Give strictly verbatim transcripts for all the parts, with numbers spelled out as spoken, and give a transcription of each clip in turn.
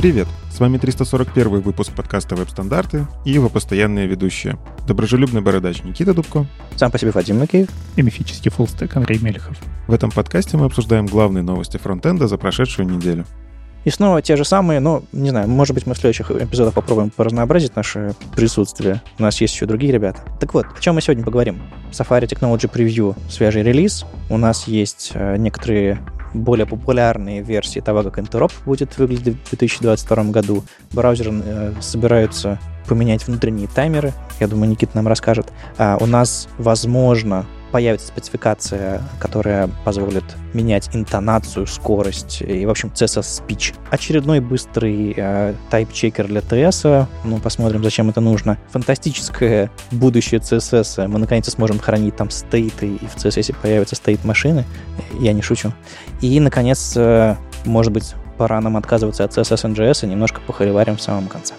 Привет! С вами триста сорок первый выпуск подкаста «Веб-стандарты» и его постоянные ведущие. Доброжелюбный бородач Никита Дубко. Сам по себе Вадим Макеев. И мифический фуллстек Андрей Мелехов. В этом подкасте мы обсуждаем главные новости фронтенда за прошедшую неделю. И снова те же самые, но, не знаю, может быть, мы в следующих эпизодах попробуем поразнообразить наше присутствие. У нас есть еще другие ребята. Так вот, о чем мы сегодня поговорим? Safari Technology Preview, свежий релиз. У нас есть э, некоторые более популярные версии того, как Interop будет выглядеть в две тысячи двадцать втором году. Браузеры э, собираются поменять внутренние таймеры. Я думаю, Никита нам расскажет. А у нас, возможно, появится спецификация, которая позволит менять интонацию, скорость и, в общем, си эс эс-спич. Очередной быстрый э, тайп-чекер для ти эс. Ну, посмотрим, зачем это нужно. Фантастическое будущее си эс эс. Мы, наконец-то, сможем хранить там стейты, и в си эс эс появятся стейт-машины. Я не шучу. И, наконец, э, может быть, пора нам отказываться от си эс эс and джей эс и немножко похориварим в самом конце.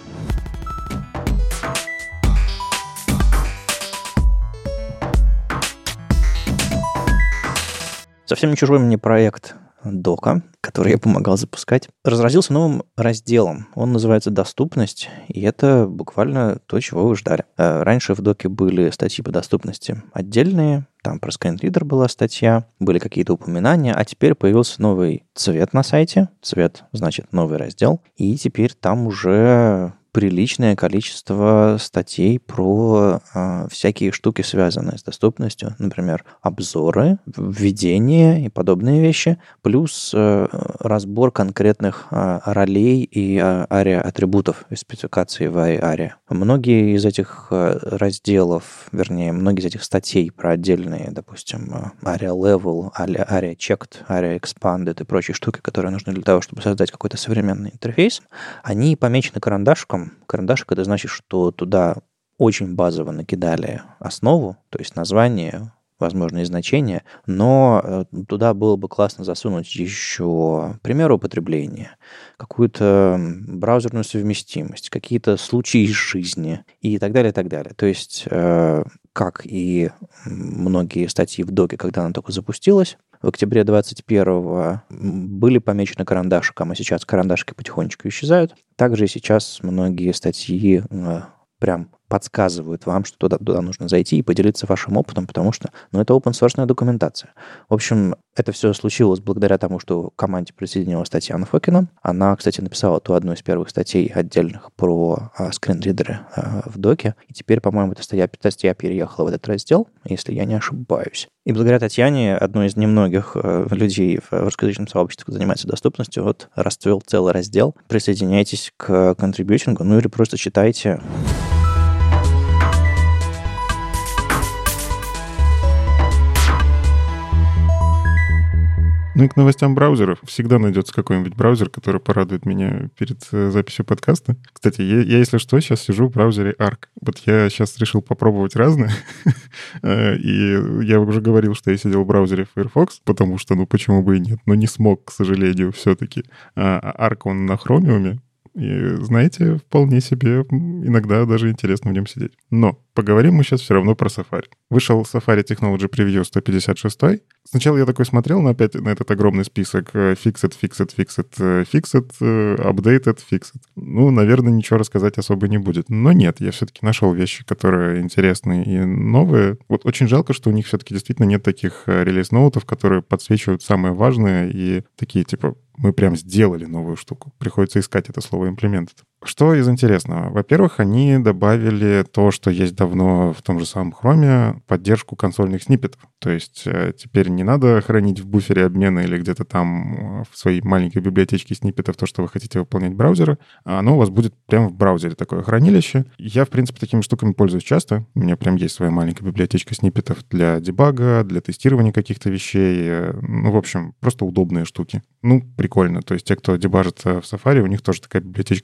Совсем не чужой мне проект Дока, который я помогал запускать, разразился новым разделом. Он называется «Доступность», и это буквально то, чего вы ждали. Раньше в Доке были статьи по доступности отдельные, там про скринридер была статья, были какие-то упоминания, а теперь появился новый цвет на сайте. Цвет значит новый раздел, и теперь там уже приличное количество статей про э, всякие штуки, связанные с доступностью. Например, обзоры, введение и подобные вещи, плюс э, разбор конкретных э, ролей и э, ария-атрибутов и спецификаций в ария. Многие из этих э, разделов, вернее, многие из этих статей про отдельные, допустим, ария-level, ария-checked, ария-expanded и прочие штуки, которые нужны для того, чтобы создать какой-то современный интерфейс, они помечены карандашком. Карандашик — это значит, что туда очень базово накидали основу, то есть название, возможные значения, но туда было бы классно засунуть еще пример употребления, какую-то браузерную совместимость, какие-то случаи из жизни и так далее, и так далее. То есть, как и многие статьи в доке, когда она только запустилась, в октябре двадцать первого были помечены карандашиком, а сейчас карандашики потихонечку исчезают. Также и сейчас многие статьи э, прям подсказывают вам, что туда, туда нужно зайти и поделиться вашим опытом, потому что ну, это open-source документация. В общем, это все случилось благодаря тому, что к команде присоединилась Татьяна Фокина. Она, кстати, написала ту одну из первых статей отдельных про а, скринридеры а, в доке. И теперь, по-моему, эта статья, статья переехала в этот раздел, если я не ошибаюсь. И благодаря Татьяне, одной из немногих э, людей в русскоязычном сообществе, кто занимается доступностью, вот расцвел целый раздел. Присоединяйтесь к контрибьютингу, ну или просто читайте. Ну и к новостям браузеров. Всегда найдется какой-нибудь браузер, который порадует меня перед записью подкаста. Кстати, я, я если что, сейчас сижу в браузере Arc. Вот я сейчас решил попробовать разные. И я уже говорил, что я сидел в браузере Firefox, потому что, ну почему бы и нет, но не смог, к сожалению, все-таки. А Arc, он на Chromium. И, знаете, вполне себе иногда даже интересно в нем сидеть. Но поговорим мы сейчас все равно про Safari. Вышел Safari Technology Preview сто пятьдесят шесть. Сначала я такой смотрел на, опять, на этот огромный список Fixed, Fixed, Fixed, Fixed, Updated, Fixed. Ну, наверное, ничего рассказать особо не будет. Но нет, я все-таки нашел вещи, которые интересные и новые. Вот очень жалко, что у них все-таки действительно нет таких релиз-ноутов, которые подсвечивают самое важное и такие, типа, мы прям сделали новую штуку. Приходится искать это слово implemented. Что из интересного? Во-первых, они добавили то, что есть давно в том же самом Chrome, поддержку консольных сниппетов. То есть теперь не надо хранить в буфере обмена или где-то там в своей маленькой библиотечке сниппетов то, что вы хотите выполнять в браузере. Оно у вас будет прямо в браузере, такое хранилище. Я, в принципе, такими штуками пользуюсь часто. У меня прям есть своя маленькая библиотечка сниппетов для дебага, для тестирования каких-то вещей. Ну, в общем, просто удобные штуки. Ну, прикольно. То есть те, кто дебажит в Safari, у них тоже такая библиотечка появится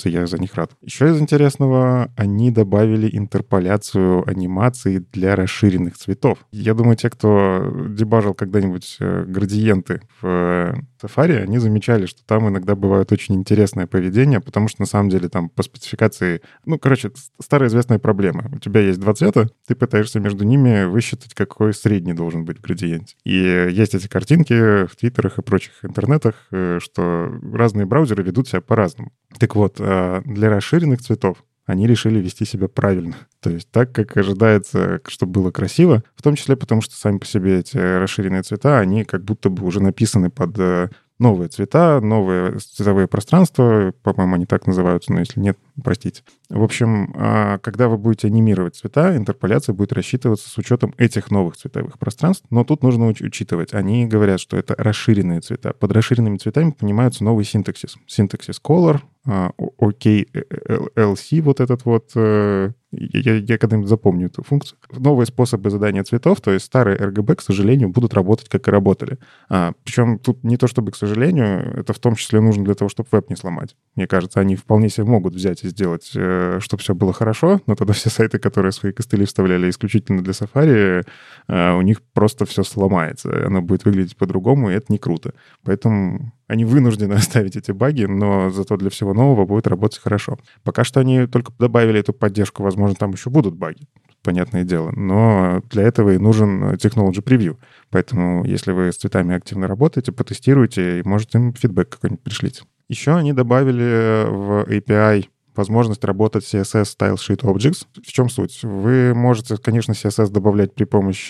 появляются, я за них рад. Еще из интересного, они добавили интерполяцию анимаций для расширенных цветов. Я думаю, те, кто дебажил когда-нибудь градиенты в Safari, они замечали, что там иногда бывает очень интересное поведение, потому что на самом деле там по спецификации... Ну, короче, старая известная проблема. У тебя есть два цвета, ты пытаешься между ними высчитать, какой средний должен быть в градиенте. И есть эти картинки в твиттерах и прочих интернетах, что разные браузеры ведут себя по-разному. Так вот, для расширенных цветов они решили вести себя правильно. То есть так, как ожидается, чтобы было красиво, в том числе потому, что сами по себе эти расширенные цвета, они как будто бы уже написаны под новые цвета, новые цветовые пространства, по-моему, они так называются, но если нет, простите. В общем, когда вы будете анимировать цвета, интерполяция будет рассчитываться с учетом этих новых цветовых пространств, но тут нужно уч- учитывать. Они говорят, что это расширенные цвета. Под расширенными цветами понимается новый синтаксис. Синтаксис Color, о кей эл си, вот этот вот, я, я когда-нибудь запомню эту функцию. Новые способы задания цветов, то есть старые эр джи би, к сожалению, будут работать, как и работали. А, причем тут не то чтобы, к сожалению, это в том числе нужно для того, чтобы веб не сломать. Мне кажется, они вполне себе могут взять и сделать, чтобы все было хорошо, но тогда все сайты, которые свои костыли вставляли исключительно для Safari, у них просто все сломается. Оно будет выглядеть по-другому, и это не круто. Поэтому они вынуждены оставить эти баги, но зато для всего нового будет работать хорошо. Пока что они только добавили эту поддержку, возможно, там еще будут баги, понятное дело, но для этого и нужен Technology Preview. Поэтому, если вы с цветами активно работаете, потестируйте, и, может, им фидбэк какой-нибудь пришлите. Еще они добавили в эй пи ай возможность работать си эс эс Style Sheet Objects. В чем суть? Вы можете, конечно, си эс эс добавлять при помощи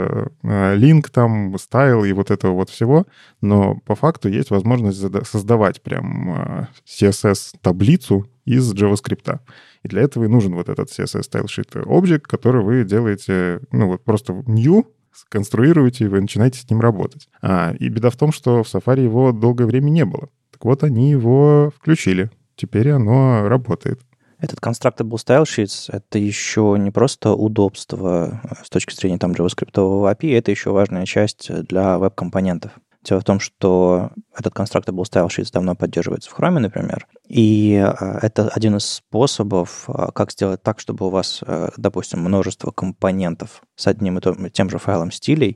link, там, style и вот этого вот всего, но по факту есть возможность создавать прям си эс эс-таблицу из JavaScript. И для этого и нужен вот этот си эс эс Style Sheet Object, который вы делаете, ну, вот просто new, сконструируете, и вы начинаете с ним работать. А, и беда в том, что в Safari его долгое время не было. Так вот, они его включили. Теперь оно работает. Этот Constructible Style Sheets — это еще не просто удобство с точки зрения там JavaScript эй пи ай, это еще важная часть для веб-компонентов. Дело в том, что этот Constructible Style Sheets давно поддерживается в Chrome, например, и это один из способов, как сделать так, чтобы у вас, допустим, множество компонентов с одним и тем же файлом стилей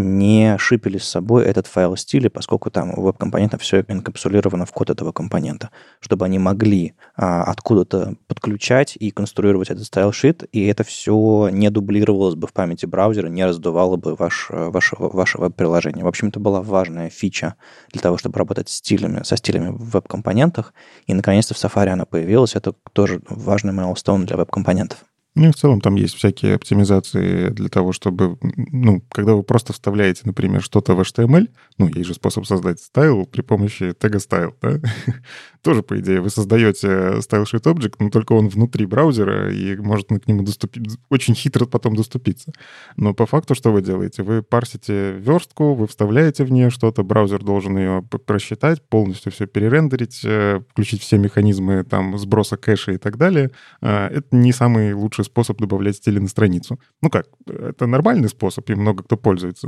не шипели с собой этот файл стиля, поскольку там у веб-компонента все инкапсулировано в код этого компонента, чтобы они могли а, откуда-то подключать и конструировать этот стайл-шит, и это все не дублировалось бы в памяти браузера, не раздувало бы ваш, ваше, ваше веб-приложение. В общем, это была важная фича для того, чтобы работать с стилями, со стилями в веб-компонентах, и, наконец-то, в Safari она появилась. Это тоже важный майлстоун для веб-компонентов. Ну и в целом там есть всякие оптимизации для того, чтобы, ну, когда вы просто вставляете, например, что-то в эйч ти эм эль, ну, есть же способ создать стайл при помощи тега style, да? Тоже, по идее, вы создаете Style Sheet Object, но только он внутри браузера, и может к нему доступить, очень хитро потом доступиться. Но по факту что вы делаете? Вы парсите верстку, вы вставляете в нее что-то, браузер должен ее просчитать, полностью все перерендерить, включить все механизмы там сброса кэша и так далее. Это не самый лучший способ добавлять стили на страницу. Ну как, это нормальный способ, и много кто пользуется,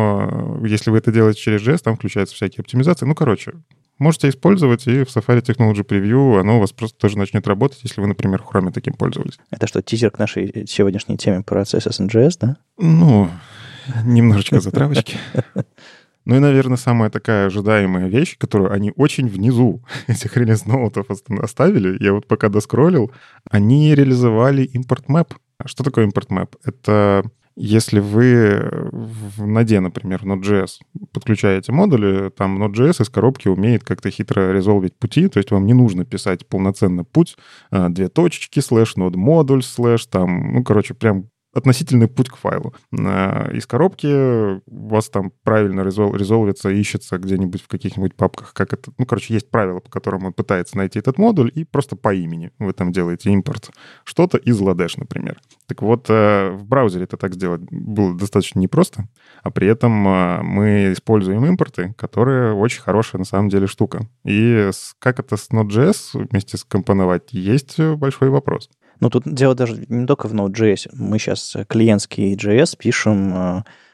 но если вы это делаете через джей эс, там включаются всякие оптимизации. Ну, короче, можете использовать, и в Safari Technology Preview оно у вас просто тоже начнет работать, если вы, например, в Chrome таким пользовались. Это что, тизер к нашей сегодняшней теме про си эс эс и джей эс, да? Ну, немножечко затравочки. Ну и, наверное, самая такая ожидаемая вещь, которую они очень внизу этих релиз-ноутов оставили, я вот пока доскроллил, они реализовали import map. Что такое import map? Это если вы в ноде, например, в Node.js подключаете модули, там Node.js из коробки умеет как-то хитро резолвить пути, то есть вам не нужно писать полноценно путь, две точечки, слэш, node модуль, слэш, там, ну, короче, прям относительный путь к файлу. Из коробки у вас там правильно резол, резолвится, ищется где-нибудь в каких-нибудь папках, как это... Ну, короче, есть правило, по которому он пытается найти этот модуль, и просто по имени вы там делаете импорт. Что-то из Ладеш, например. Так вот, в браузере это так сделать было достаточно непросто, а при этом мы используем импорты, которые очень хорошая на самом деле штука. И как это с Node.js вместе скомпоновать, есть большой вопрос. Ну, тут дело даже не только в Node.js. Мы сейчас клиентский джей эс пишем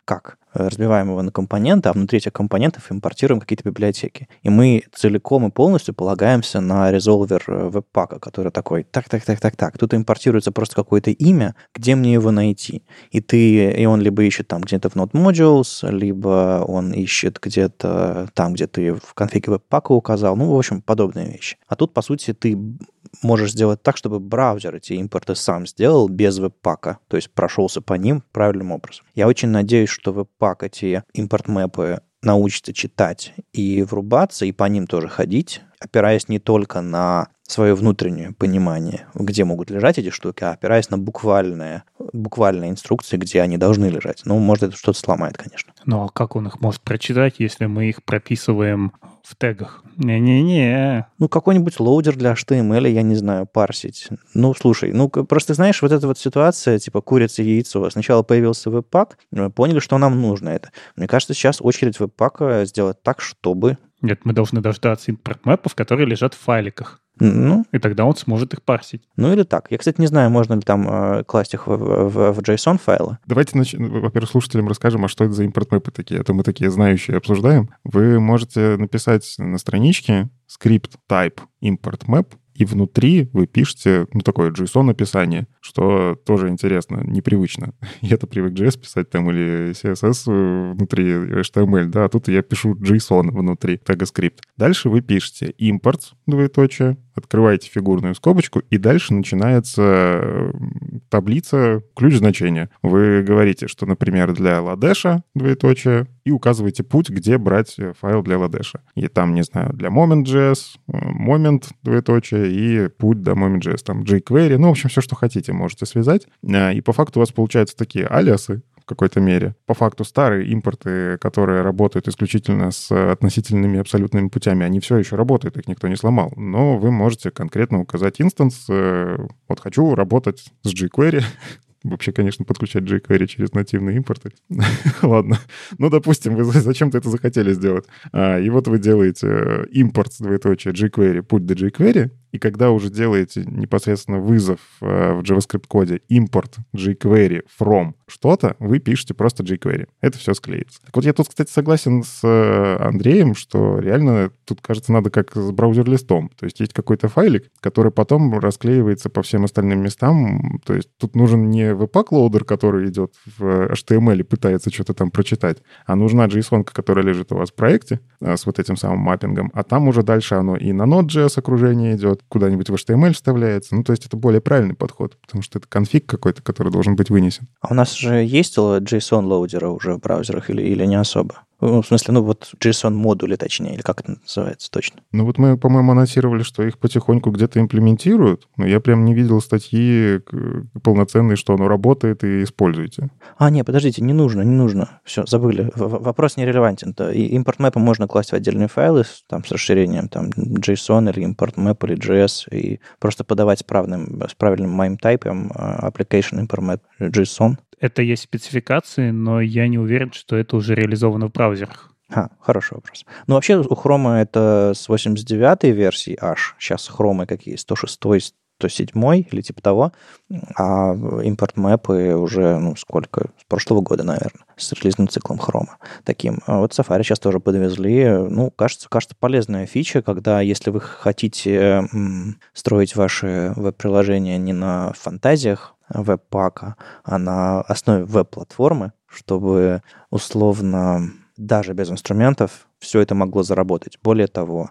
Как? Разбиваем его на компоненты, а внутри этих компонентов импортируем какие-то библиотеки. И мы целиком и полностью полагаемся на резолвер веб-пака, который такой, так-так-так-так-так, тут импортируется просто какое-то имя, где мне его найти? И ты, и он либо ищет там где-то в Node Modules, либо он ищет где-то там, где ты в конфиге веб-пака указал, ну, в общем, подобные вещи. А тут, по сути, ты можешь сделать так, чтобы браузер эти импорты сам сделал без веб-пака, то есть прошелся по ним правильным образом. Я очень надеюсь, что веб-пак эти импорт-мэпы научится читать и врубаться, и по ним тоже ходить, опираясь не только на свое внутреннее понимание, где могут лежать эти штуки, а опираясь на буквальные, буквальные инструкции, где они должны лежать. Ну, может, это что-то сломает, конечно. Ну, а как он их может прочитать, если мы их прописываем в тегах? Не-не-не. Ну, какой-нибудь лоудер для эйч ти эм эл, я не знаю, парсить. Ну, слушай, ну, просто знаешь, вот эта вот ситуация, типа курица и яйцо. Сначала появился веб-пак, мы поняли, что нам нужно это. Мне кажется, сейчас очередь веб-пака сделать так, чтобы... Нет, мы должны дождаться импорт-мэпов, которые лежат в файликах. Ну, и тогда он сможет их парсить. Ну или так. Я, кстати, не знаю, можно ли там э, класть их в, в, в JSON-файлы. Давайте, нач... во-первых, слушателям расскажем, а что это за импорт-мэпы такие. А то мы такие знающие обсуждаем. Вы можете написать на страничке скрипт type import map, и внутри вы пишете, ну, такое JSON-описание, что тоже интересно, непривычно. Я-то привык джей эс писать там или си эс эс внутри эйч ти эм эль, да, а тут я пишу JSON внутри, TypeScript. Дальше вы пишете import, двоеточие, открываете фигурную скобочку, и дальше начинается таблица ключ значения. Вы говорите, что, например, для ладеша, двоеточие, и указываете путь, где брать файл для ладеша. И там, не знаю, для moment.js, moment, двоеточие, и путь до moment.js, там jQuery, ну, в общем, все, что хотите, можете связать. И по факту у вас получаются такие алиасы, в какой-то мере. По факту старые импорты, которые работают исключительно с относительными абсолютными путями, они все еще работают, их никто не сломал. Но вы можете конкретно указать инстанс, вот хочу работать с jQuery. Вообще, конечно, подключать jQuery через нативные импорты. Ладно. Ну, допустим, вы зачем-то это захотели сделать. А, и вот вы делаете импорт, двоеточие, jQuery, путь до jQuery, и когда уже делаете непосредственно вызов в JavaScript-коде import jQuery from что-то, вы пишете просто jQuery. Это все склеится. Так вот, я тут, кстати, согласен с Андреем, что реально тут, кажется, надо как с браузер-листом. То есть есть какой-то файлик, который потом расклеивается по всем остальным местам. То есть тут нужен не веб-пак-лоудер, который идет в эйч ти эм эль и пытается что-то там прочитать, а нужна JSON, которая лежит у вас в проекте с вот этим самым маппингом, а там уже дальше оно и на Node.js окружение идет, куда-нибудь в эйч ти эм эль вставляется. Ну, то есть это более правильный подход, потому что это конфиг какой-то, который должен быть вынесен. А у нас же есть JSON-лоудеры уже в браузерах или, или не особо? Ну, в смысле, ну вот JSON-модули, точнее, или как это называется точно? Ну вот мы, по-моему, анонсировали, что их потихоньку где-то имплементируют, но я прям не видел статьи полноценной, что оно работает и используете. А, нет, подождите, не нужно, не нужно. Все, забыли. Вопрос нерелевантен. Импорт-мэпы можно класть в отдельные файлы там, с расширением там, JSON или импорт-мэп или джей эс и просто подавать с, правным, с правильным MIME-тайпом application import JSON. Это есть спецификации, но я не уверен, что это уже реализовано в браузерах. А, хороший вопрос. Ну, вообще, у Chrome это с восемьдесят девятой версии аж. Сейчас Chrome какие? сто шестой, сто седьмой или типа того. А импорт-мэпы уже, ну, сколько? С прошлого года, наверное, с релизным циклом Chrome таким. А вот Safari сейчас тоже подвезли. Ну, кажется, кажется, полезная фича, когда, если вы хотите м, строить ваши веб-приложения не на фантазиях веб-пака, а на основе веб-платформы, чтобы условно даже без инструментов все это могло заработать. Более того,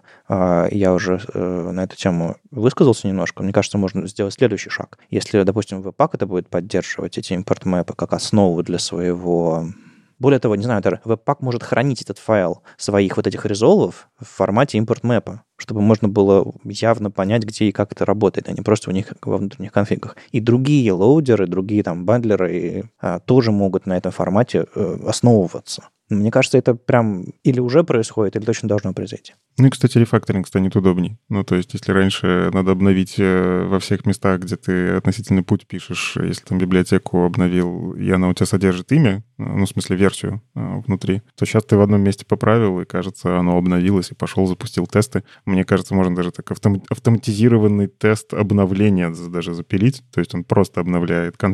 я уже на эту тему высказался немножко. Мне кажется, можно сделать следующий шаг. Если, допустим, веб-пак это будет поддерживать эти импорт-мэпы как основу для своего... Более того, не знаю, веб-пак может хранить этот файл своих вот этих резолвов в формате импорт-мэпа, чтобы можно было явно понять, где и как это работает, а не просто у них во внутренних конфигах. И другие лоудеры, другие там бандлеры а, тоже могут на этом формате э, основываться. Мне кажется, это прям или уже происходит, или точно должно произойти. Ну и, кстати, рефакторинг станет удобней. Ну, то есть, если раньше надо обновить во всех местах, где ты относительный путь пишешь, если там библиотеку обновил, и она у тебя содержит имя, ну, в смысле, версию внутри, то сейчас ты в одном месте поправил, и, кажется, оно обновилось, и пошел, запустил тесты. Мне кажется, можно даже так автоматизированный тест обновления даже запилить. То есть он просто обновляет конфиг,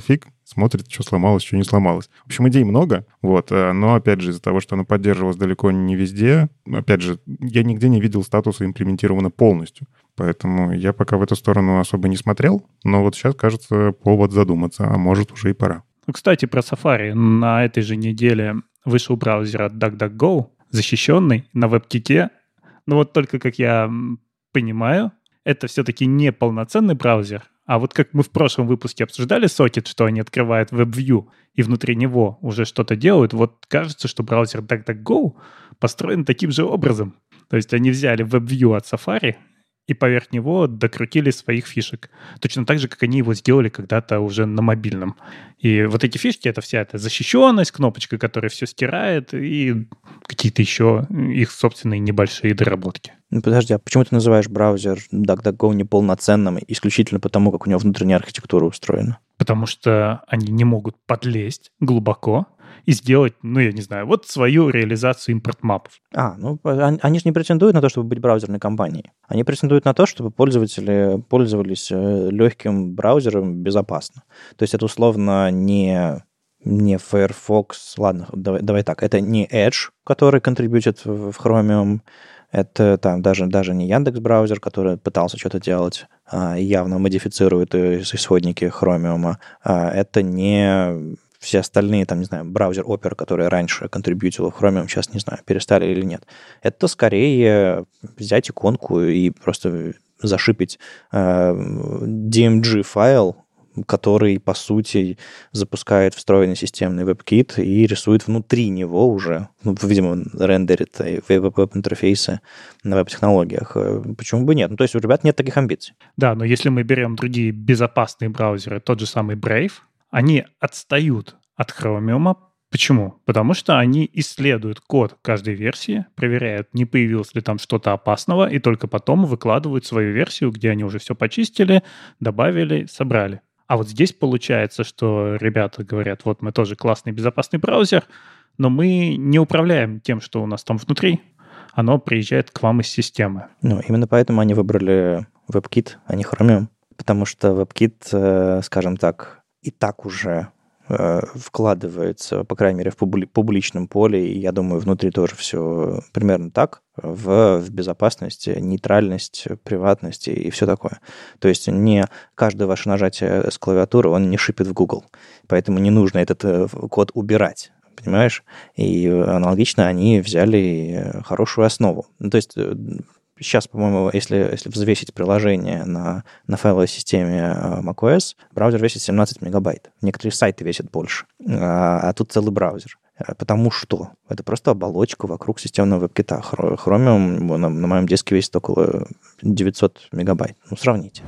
смотрит, что сломалось, что не сломалось. В общем, идей много, вот, но, опять же, из-за того, что она поддерживалась далеко не везде, опять же, я нигде не видел статуса имплементировано полностью. Поэтому я пока в эту сторону особо не смотрел, но вот сейчас, кажется, повод задуматься, а может, уже и пора. Кстати, про Safari. На этой же неделе вышел браузер от DuckDuckGo, защищенный на WebKit. Но вот только, как я понимаю, это все-таки не полноценный браузер, а вот как мы в прошлом выпуске обсуждали Socket, что они открывают WebView и внутри него уже что-то делают, вот кажется, что браузер DuckDuckGo построен таким же образом. То есть они взяли WebView от Safari и поверх него докрутили своих фишек. Точно так же, как они его сделали когда-то уже на мобильном. И вот эти фишки — это вся эта защищенность, кнопочка, которая все стирает, и какие-то еще их собственные небольшие доработки. Ну, подожди, а почему ты называешь браузер DuckDuckGo неполноценным исключительно потому, как у него внутренняя архитектура устроена? Потому что они не могут подлезть глубоко и сделать, ну, я не знаю, вот свою реализацию импорт-мапов. А, ну, они же не претендуют на то, чтобы быть браузерной компанией. Они претендуют на то, чтобы пользователи пользовались легким браузером безопасно. То есть это условно не, не Firefox, ладно, давай, давай так, это не Edge, который контрибьютит в Chromium, это там даже, даже не Яндекс-браузер, который пытался что-то делать, а, явно модифицирует исходники Chromium. А, это не все остальные, там, не знаю, браузер Opera, который раньше контрибьютил в Chromium, сейчас, не знаю, перестали или нет. Это скорее взять иконку и просто зашипить э, ди эм джи-файл, который, по сути, запускает встроенный системный WebKit и рисует внутри него уже, ну, видимо, рендерит веб-интерфейсы на веб-технологиях. Почему бы нет? Ну, то есть у ребят нет таких амбиций. Да, но если мы берем другие безопасные браузеры, тот же самый Brave, они отстают от Chromium. Почему? Потому что они исследуют код каждой версии, проверяют, не появилось ли там что-то опасного, и только потом выкладывают свою версию, где они уже все почистили, добавили, собрали. А вот здесь получается, что ребята говорят, вот мы тоже классный безопасный браузер, но мы не управляем тем, что у нас там внутри. Оно приезжает к вам из системы. Ну, именно поэтому они выбрали WebKit, а не Chromium. Потому что WebKit, скажем так, и так уже э, вкладывается, по крайней мере, в публи- публичном поле, и, я думаю, внутри тоже все примерно так, в, в безопасность, нейтральность, приватность и все такое. То есть не каждое ваше нажатие с клавиатуры, он не шипит в Google, поэтому не нужно этот э, код убирать. Понимаешь? И аналогично они взяли хорошую основу. Ну, то есть сейчас, по-моему, если, если взвесить приложение на, на файловой системе macOS, браузер весит семнадцать мегабайт. Некоторые сайты весят больше, а, а тут целый браузер. Потому что это просто оболочка вокруг системного веб-кита. Chromium на, на моем диске весит около девятьсот мегабайт. Ну, сравните.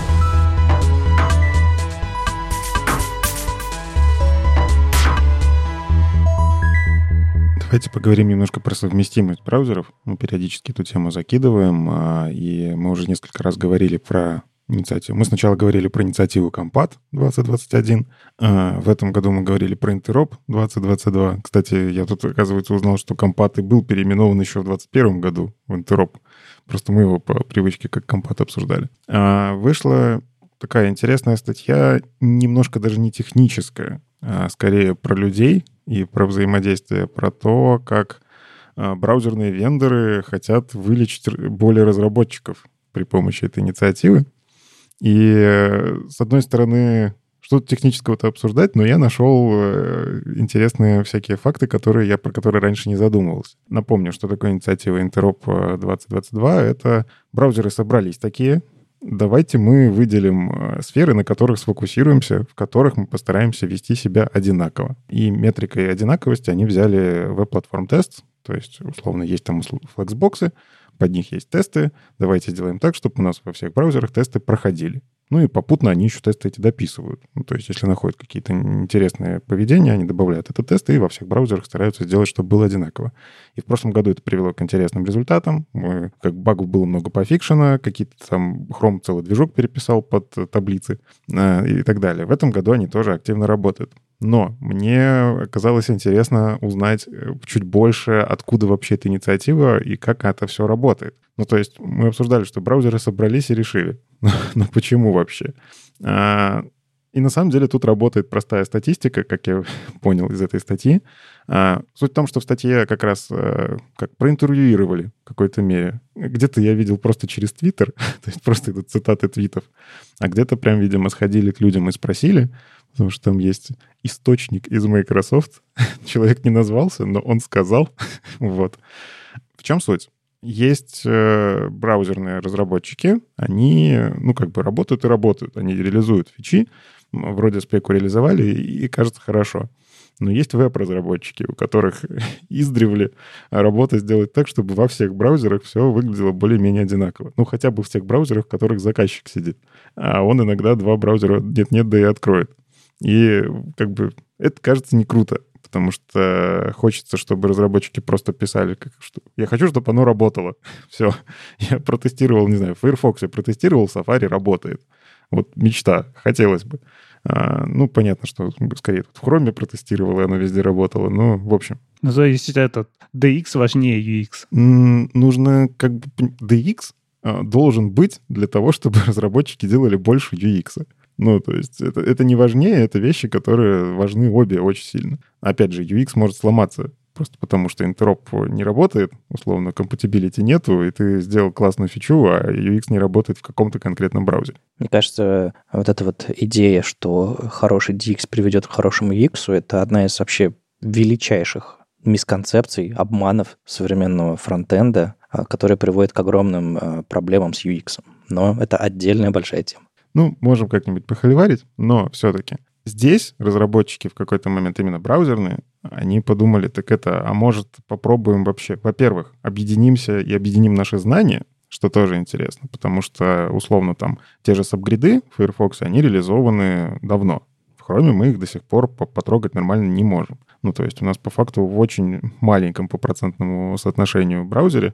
Давайте поговорим немножко про совместимость браузеров. Мы периодически эту тему закидываем, и мы уже несколько раз говорили про инициативу. Мы сначала говорили про инициативу Compat двадцать двадцать один. В этом году мы говорили про Interop двадцать двадцать два. Кстати, я тут, оказывается, узнал, что Compat и был переименован еще в двадцать первом году в Interop. Просто мы его по привычке как Compat обсуждали. Вышла такая интересная статья, немножко даже не техническая, а скорее про людей и про взаимодействие, про то, как браузерные вендоры хотят вылечить более разработчиков при помощи этой инициативы. И, с одной стороны, что-то технического-то обсуждать, но я нашел интересные всякие факты, которые я, про которые раньше не задумывался. Напомню, что такое инициатива Interop двадцать двадцать два. Это браузеры собрались такие. Давайте мы выделим сферы, на которых сфокусируемся, в которых мы постараемся вести себя одинаково. И метрикой одинаковости они взяли веб-платформ-тест, то есть, условно, есть там флексбоксы, под них есть тесты. Давайте сделаем так, чтобы у нас во всех браузерах тесты проходили. Ну и попутно они еще тесты эти дописывают. Ну, то есть, если находят какие-то интересные поведения, они добавляют этот тест и во всех браузерах стараются сделать, чтобы было одинаково. И в прошлом году это привело к интересным результатам. Как багов было много пофикшена, какие-то там Chrome целый движок переписал под таблицы и так далее. В этом году они тоже активно работают. Но мне оказалось интересно узнать чуть больше, откуда вообще эта инициатива и как это все работает. Ну, то есть мы обсуждали, что браузеры собрались и решили. Но почему вообще? И на самом деле тут работает простая статистика, как я понял из этой статьи. Суть в том, что в статье как раз как проинтервьюировали в какой-то мере. Где-то я видел просто через Твиттер, то есть просто это цитаты твитов, а где-то прям, видимо, сходили к людям и спросили, потому что там есть источник из Microsoft. Человек не назвался, но он сказал. Вот. В чем суть? Есть э, браузерные разработчики, они, ну, как бы работают и работают. Они реализуют фичи, вроде спеку реализовали, и, и кажется хорошо. Но есть веб-разработчики, у которых издревле работа сделать так, чтобы во всех браузерах все выглядело более-менее одинаково. Ну, хотя бы в тех браузерах, в которых заказчик сидит. А он иногда два браузера нет-нет, да и откроет. И как бы это кажется не круто, потому что хочется, чтобы разработчики просто писали, как, что я хочу, чтобы оно работало. Все. Я протестировал, не знаю, в Firefox я протестировал, в Safari работает. Вот мечта, хотелось бы. А, ну, понятно, что скорее тут в Chrome протестировал, и оно везде работало. Но, в общем. Ну, то есть этот ди экс важнее ю экс. М- нужно как бы... ди экс а, должен быть для того, чтобы разработчики делали больше ю экс. Ну, то есть это, это не важнее, это вещи, которые важны обе очень сильно. Опять же, ю экс может сломаться просто потому, что интероп не работает, условно, compatibility нету, и ты сделал классную фичу, а ю экс не работает в каком-то конкретном браузере. Мне кажется, вот эта вот идея, что хороший ди экс приведет к хорошему ю экс, это одна из вообще величайших мисконцепций, обманов современного фронтенда, которые приводят к огромным проблемам с ю экс. Но это отдельная большая тема. Ну, можем как-нибудь похоливарить, но все-таки здесь разработчики в какой-то момент, именно браузерные, они подумали, так это, а может попробуем вообще, во-первых, объединимся и объединим наши знания, что тоже интересно, потому что, условно, там те же сабгриды в Firefox, они реализованы давно. В Chrome мы их до сих пор потрогать нормально не можем. Ну, то есть у нас по факту в очень маленьком по процентному соотношению браузере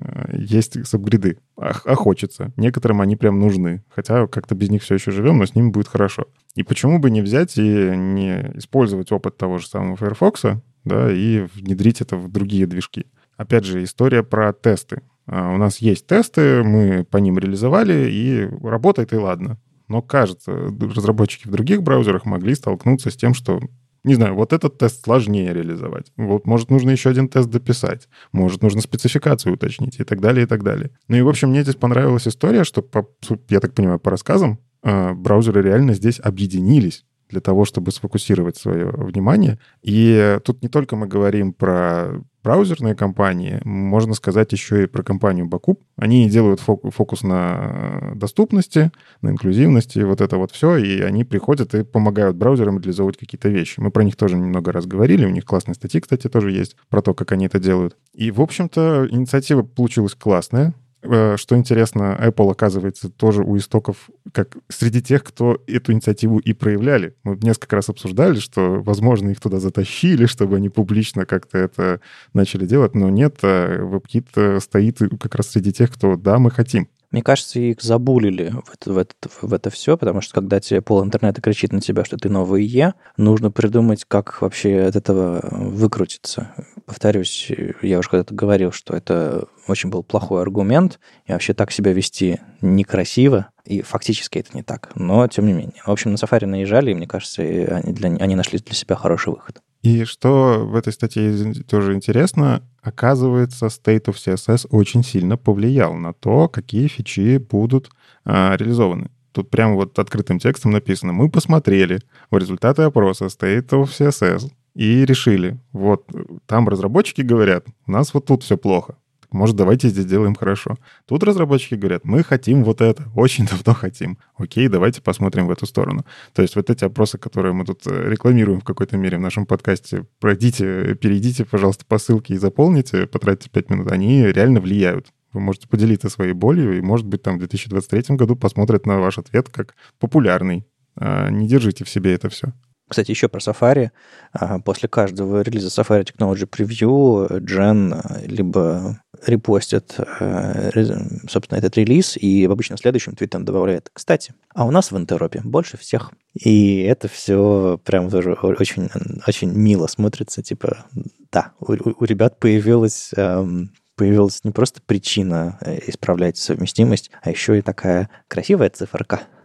есть сабгриды. А, а хочется. Некоторым они прям нужны. Хотя как-то без них все еще живем, но с ними будет хорошо. И почему бы не взять и не использовать опыт того же самого Firefox, да, и внедрить это в другие движки. Опять же, история про тесты. У нас есть тесты, мы по ним реализовали, и работает, и ладно. Но, кажется, разработчики в других браузерах могли столкнуться с тем, что, не знаю, вот этот тест сложнее реализовать. Вот, может, нужно еще один тест дописать. Может, нужно спецификацию уточнить и так далее, и так далее. Ну и, в общем, мне здесь понравилась история, что, по, я так понимаю, по рассказам, браузеры реально здесь объединились для того, чтобы сфокусировать свое внимание. И тут не только мы говорим про браузерные компании, можно сказать еще и про компанию Бакуб. Они делают фокус на доступности, на инклюзивности, вот это вот все, и они приходят и помогают браузерам реализовывать какие-то вещи. Мы про них тоже немного раз говорили, у них классные статьи, кстати, тоже есть про то, как они это делают. И, в общем-то, инициатива получилась классная. Что интересно, Apple, оказывается, тоже у истоков, как среди тех, кто эту инициативу и проявляли. Мы несколько раз обсуждали, что, возможно, их туда затащили, чтобы они публично как-то это начали делать, но нет, WebKit стоит как раз среди тех, кто, да, мы хотим. Мне кажется, их забулили в это, в, это, в это все, потому что когда тебе пол интернета кричит на тебя, что ты новый Е, нужно придумать, как вообще от этого выкрутиться. Повторюсь, я уже когда-то говорил, что это очень был плохой аргумент, и вообще так себя вести некрасиво, и фактически это не так, но тем не менее. В общем, на Safari наезжали, и мне кажется, они, для, они нашли для себя хороший выход. И что в этой статье тоже интересно, оказывается, State of си эс эс очень сильно повлиял на то, какие фичи будут а, реализованы. Тут прямо вот открытым текстом написано: мы посмотрели в результаты опроса State of си эс эс и решили, вот там разработчики говорят, у нас вот тут все плохо. Может, давайте здесь сделаем хорошо. Тут разработчики говорят, мы хотим вот это, очень давно хотим. Окей, давайте посмотрим в эту сторону. То есть вот эти опросы, которые мы тут рекламируем в какой-то мере в нашем подкасте, пройдите, перейдите, пожалуйста, по ссылке и заполните, потратьте пять минут, они реально влияют. Вы можете поделиться своей болью, и, может быть, там в две тысячи двадцать третьем году посмотрят на ваш ответ как популярный. Не держите в себе это все. Кстати, еще про Safari. После каждого релиза Safari Technology Preview Джен либо репостит, собственно, этот релиз, и обычно в следующем твите он добавляет: кстати, а у нас в интеропе больше всех. И это все прям тоже очень, очень мило смотрится. Типа, да, у, у ребят появилась... появилась не просто причина исправлять совместимость, а еще и такая красивая циферка.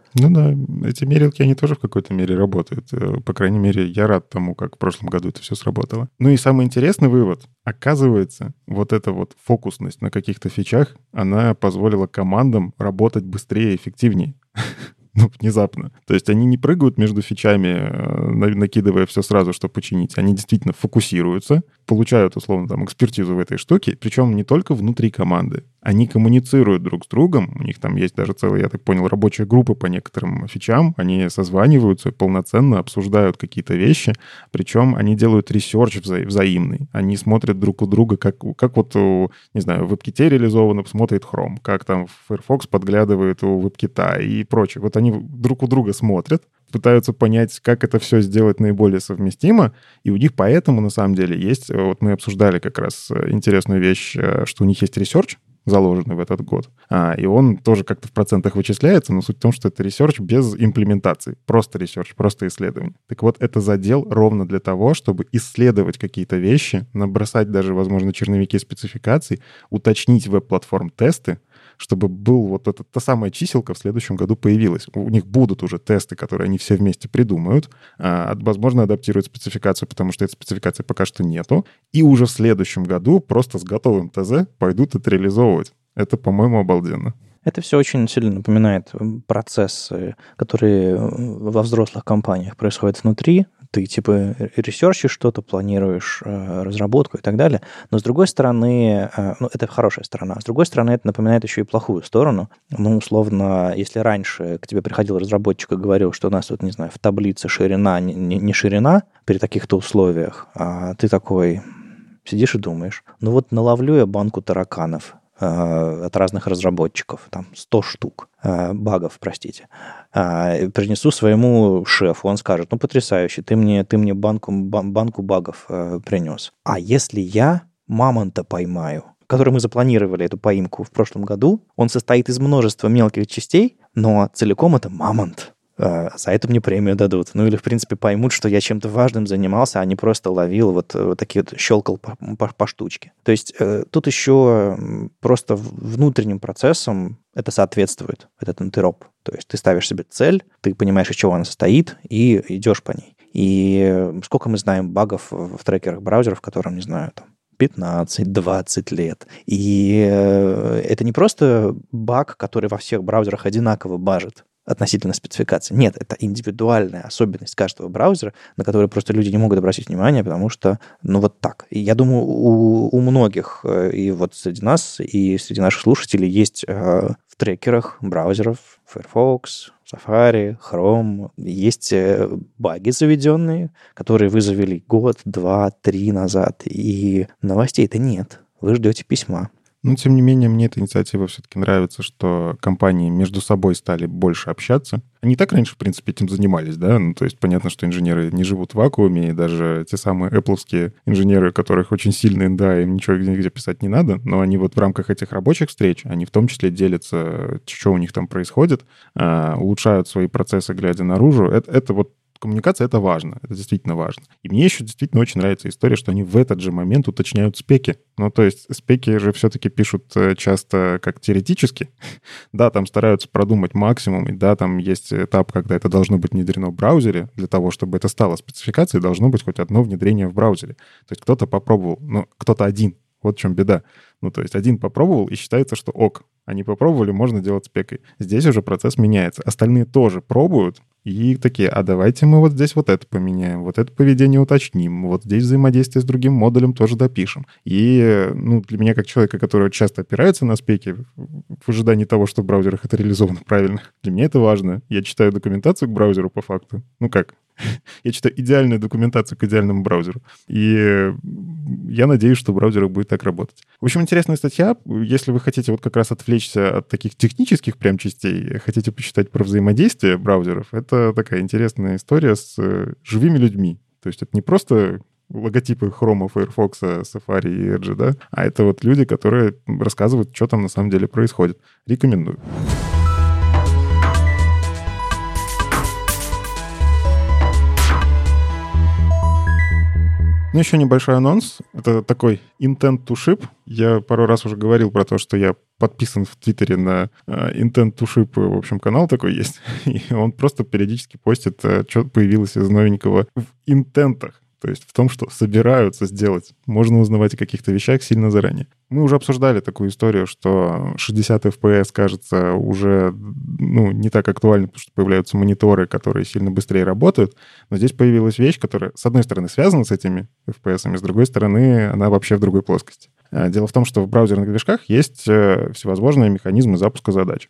Ну да, эти мерилки, они тоже в какой-то мере работают. По крайней мере, я рад тому, как в прошлом году это все сработало. Ну и самый интересный вывод. Оказывается, вот эта вот фокусность на каких-то фичах, она позволила командам работать быстрее и эффективнее. Ну, внезапно. То есть они не прыгают между фичами, накидывая все сразу, что починить. Они действительно фокусируются, получают, условно, там, экспертизу в этой штуке, причем не только внутри команды. Они коммуницируют друг с другом, у них там есть даже целые, я так понял, рабочие группы по некоторым фичам, они созваниваются, полноценно обсуждают какие-то вещи, причем они делают ресерч вза- взаимный. Они смотрят друг у друга, как, как вот, у, не знаю, в WebKit реализовано, смотрит Chrome, как там Firefox подглядывает у WebKit и прочее. Вот они друг у друга смотрят, пытаются понять, как это все сделать наиболее совместимо, и у них поэтому, на самом деле, есть... Вот мы обсуждали как раз интересную вещь, что у них есть ресерч, заложенный в этот год. А, и он тоже как-то в процентах вычисляется, но суть в том, что это ресерч без имплементации. Просто ресерч, просто исследование. Так вот, это задел ровно для того, чтобы исследовать какие-то вещи, набросать даже, возможно, черновики спецификаций, уточнить веб-платформ тесты, чтобы был вот эта та самая чиселка в следующем году появилась. У них будут уже тесты, которые они все вместе придумают, а, возможно, адаптируют спецификацию, потому что этой спецификации пока что нету, и уже в следующем году просто с готовым ТЗ пойдут это реализовывать. Это, по-моему, обалденно. Это все очень сильно напоминает процессы, которые во взрослых компаниях происходят внутри. Ты типа ресерчишь что-то, планируешь э, разработку и так далее. Но с другой стороны, э, ну, это хорошая сторона. С другой стороны, это напоминает еще и плохую сторону. Ну, условно, если раньше к тебе приходил разработчик и говорил, что у нас тут, не знаю, в таблице ширина не, не ширина при таких-то условиях, а ты такой сидишь и думаешь, ну вот наловлю я банку тараканов от разных разработчиков, там сто штук, багов, простите, принесу своему шефу, он скажет, ну, потрясающе, ты мне, ты мне банку, банку багов принес. А если я мамонта поймаю, который мы запланировали, эту поимку в прошлом году, он состоит из множества мелких частей, но целиком это мамонт. За это мне премию дадут. Ну или, в принципе, поймут, что я чем-то важным занимался, а не просто ловил вот, вот такие вот, щелкал по, по, по штучке. То есть э, тут еще просто внутренним процессом это соответствует, этот интероп. То есть ты ставишь себе цель, ты понимаешь, из чего она состоит, и идешь по ней. И сколько мы знаем багов в трекерах браузеров, которым, не знаю, там, пятнадцать-двадцать лет. И э, это не просто баг, который во всех браузерах одинаково бажит относительно спецификации. Нет, это индивидуальная особенность каждого браузера, на которую просто люди не могут обратить внимание, потому что, ну, вот так. И я думаю, у, у многих, и вот среди нас, и среди наших слушателей есть э, в трекерах браузеров Firefox, Safari, Chrome, есть баги заведенные, которые вы завели год, два, три назад, и новостей-то нет. Вы ждете письма. Но, тем не менее, мне эта инициатива все-таки нравится, что компании между собой стали больше общаться. Они так раньше, в принципе, этим занимались, да? Ну, то есть понятно, что инженеры не живут в вакууме, и даже те самые Apple-овские инженеры, у которых очень сильный, да, им ничего нигде писать не надо, но они вот в рамках этих рабочих встреч, они в том числе делятся, что у них там происходит, улучшают свои процессы, глядя наружу. Это, это вот коммуникация — это важно, это действительно важно. И мне еще действительно очень нравится история, что они в этот же момент уточняют спеки. Ну, то есть спеки же все-таки пишут часто как теоретически. Да, там стараются продумать максимум, и да, там есть этап, когда это должно быть внедрено в браузере. Для того, чтобы это стало спецификацией, должно быть хоть одно внедрение в браузере. То есть кто-то попробовал, но кто-то один. Вот в чем беда. Ну, то есть один попробовал, и считается, что ок. Они попробовали, можно делать спекой. Здесь уже процесс меняется. Остальные тоже пробуют, и такие, а давайте мы вот здесь вот это поменяем, вот это поведение уточним, вот здесь взаимодействие с другим модулем тоже допишем. И, ну, для меня, как человека, который часто опирается на спеки в ожидании того, что в браузерах это реализовано правильно, для меня это важно. Я читаю документацию к браузеру по факту. Ну как? Я читаю идеальную документацию к идеальному браузеру. И я надеюсь, что в браузерах будет так работать. В общем, интересная статья. Если вы хотите вот как раз отвлечься от таких технических прям частей, хотите почитать про взаимодействие браузеров, это такая интересная история с живыми людьми. То есть это не просто логотипы Chrome, Firefox, Safari и Edge, да, а это вот люди, которые рассказывают, что там на самом деле происходит. Рекомендую. Ну Ну, еще небольшой анонс. Это такой intent to ship. Я пару раз уже говорил про то, что я подписан в Твиттере на uh, intent to ship. В общем, канал такой есть. И он просто периодически постит, uh, что появилось из новенького в интентах. То есть в том, что собираются сделать. Можно узнавать о каких-то вещах сильно заранее. Мы уже обсуждали такую историю, что шестьдесят эф пи эс, кажется, уже ну, не так актуально, потому что появляются мониторы, которые сильно быстрее работают. Но здесь появилась вещь, которая, с одной стороны, связана с этими эф пи эсами, с другой стороны, она вообще в другой плоскости. Дело в том, что в браузерных движках есть всевозможные механизмы запуска задач.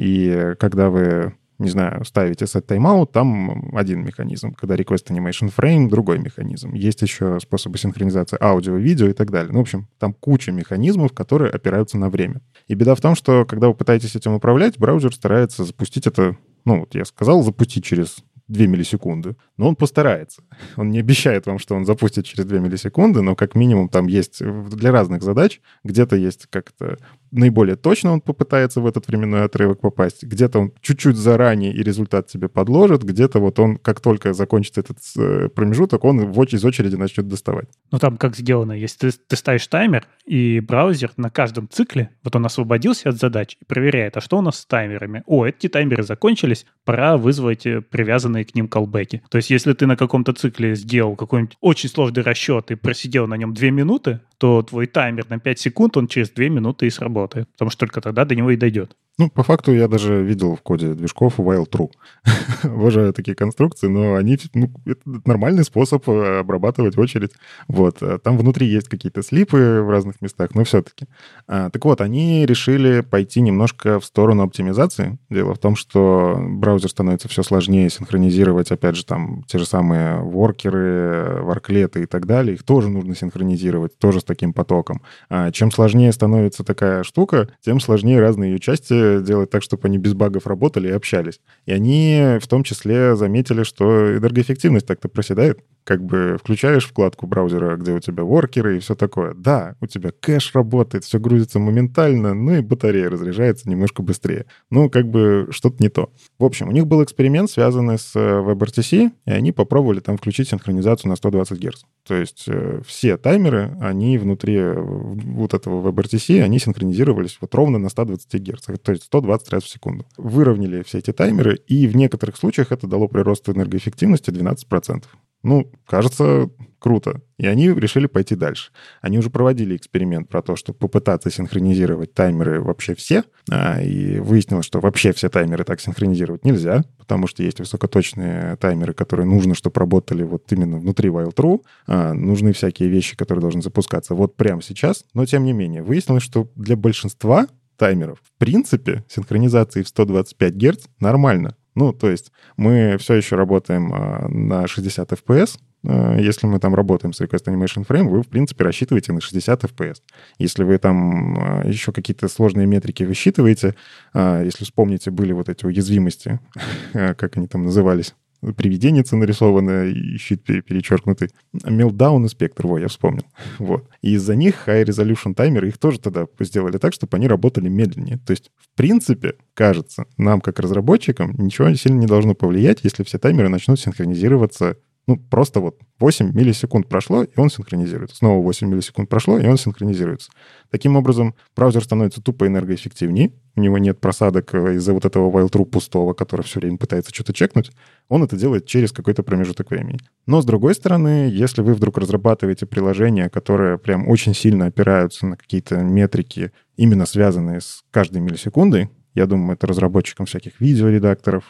И когда вы... не знаю, ставите set timeout, там один механизм. Когда request animation frame, другой механизм. Есть еще способы синхронизации аудио, видео и так далее. Ну, в общем, там куча механизмов, которые опираются на время. И беда в том, что когда вы пытаетесь этим управлять, браузер старается запустить это, ну, вот я сказал, запустить через две миллисекунды. Но он постарается. Он не обещает вам, что он запустит через две миллисекунды, но как минимум там есть для разных задач. Где-то есть как-то наиболее точно он попытается в этот временной отрывок попасть. Где-то он чуть-чуть заранее и результат тебе подложит. Где-то вот он, как только закончит этот промежуток, он в очередь, из очереди начнет доставать. Ну, там как сделано. Если ты, ты ставишь таймер, и браузер на каждом цикле, вот он освободился от задач и проверяет, а что у нас с таймерами? О, эти таймеры закончились, пора вызвать привязанные к ним колбеки. То есть если ты на каком-то цикле сделал какой-нибудь очень сложный расчет и просидел на нем две минуты, то твой таймер на пять секунд, он через две минуты и сработает, потому что только тогда до него и дойдет. Ну, по факту я даже видел в коде движков while true. Обожаю такие конструкции, но они, ну, это нормальный способ обрабатывать очередь. Вот. Там внутри есть какие-то слипы в разных местах, но все-таки. А, так вот, они решили пойти немножко в сторону оптимизации. Дело в том, что браузер становится все сложнее синхронизировать, опять же, там те же самые воркеры, ворклеты и так далее. Их тоже нужно синхронизировать, тоже с таким потоком. А чем сложнее становится такая штука, тем сложнее разные ее части делать так, чтобы они без багов работали и общались. И они в том числе заметили, что энергоэффективность так-то проседает. Как бы включаешь вкладку браузера, где у тебя воркеры и все такое. Да, у тебя кэш работает, все грузится моментально, ну и батарея разряжается немножко быстрее. Ну, как бы что-то не то. В общем, у них был эксперимент, связанный с WebRTC, и они попробовали там включить синхронизацию на сто двадцать герц. То есть э, все таймеры, они внутри вот этого WebRTC, они синхронизировались вот ровно на ста двадцати герцах, то есть сто двадцать раз в секунду. Выровняли все эти таймеры, и в некоторых случаях это дало прирост энергоэффективности двенадцать процентов. Ну, кажется, круто. И они решили пойти дальше. Они уже проводили эксперимент про то, чтобы попытаться синхронизировать таймеры вообще все. А, и выяснилось, что вообще все таймеры так синхронизировать нельзя, потому что есть высокоточные таймеры, которые нужно, чтобы работали вот именно внутри while true. А, нужны всякие вещи, которые должны запускаться вот прямо сейчас. Но, тем не менее, выяснилось, что для большинства таймеров, в принципе, синхронизации в сто двадцать пять герц нормально. Ну, то есть мы все еще работаем а, на шестьдесят эф пи эс. А, если мы там работаем с Request Animation Frame, вы, в принципе, рассчитываете на шестьдесят эф пи эс. Если вы там а, еще какие-то сложные метрики высчитываете, а, если вспомните, были вот эти уязвимости, как они там назывались, привиденица нарисованная и щит перечеркнутый. Meltdown и Spectre, во, я вспомнил. Вот. И из-за них High Resolution таймеры, их тоже тогда сделали так, чтобы они работали медленнее. То есть, в принципе, кажется, нам, как разработчикам, ничего сильно не должно повлиять, если все таймеры начнут синхронизироваться. Ну, просто вот восемь миллисекунд прошло, и он синхронизируется. Снова восемь миллисекунд прошло, и он синхронизируется. Таким образом, браузер становится тупо энергоэффективнее. У него нет просадок из-за вот этого while true пустого, который все время пытается что-то чекнуть. Он это делает через какой-то промежуток времени. Но, с другой стороны, если вы вдруг разрабатываете приложения, которые прям очень сильно опираются на какие-то метрики, именно связанные с каждой миллисекундой, я думаю, это разработчикам всяких видеоредакторов,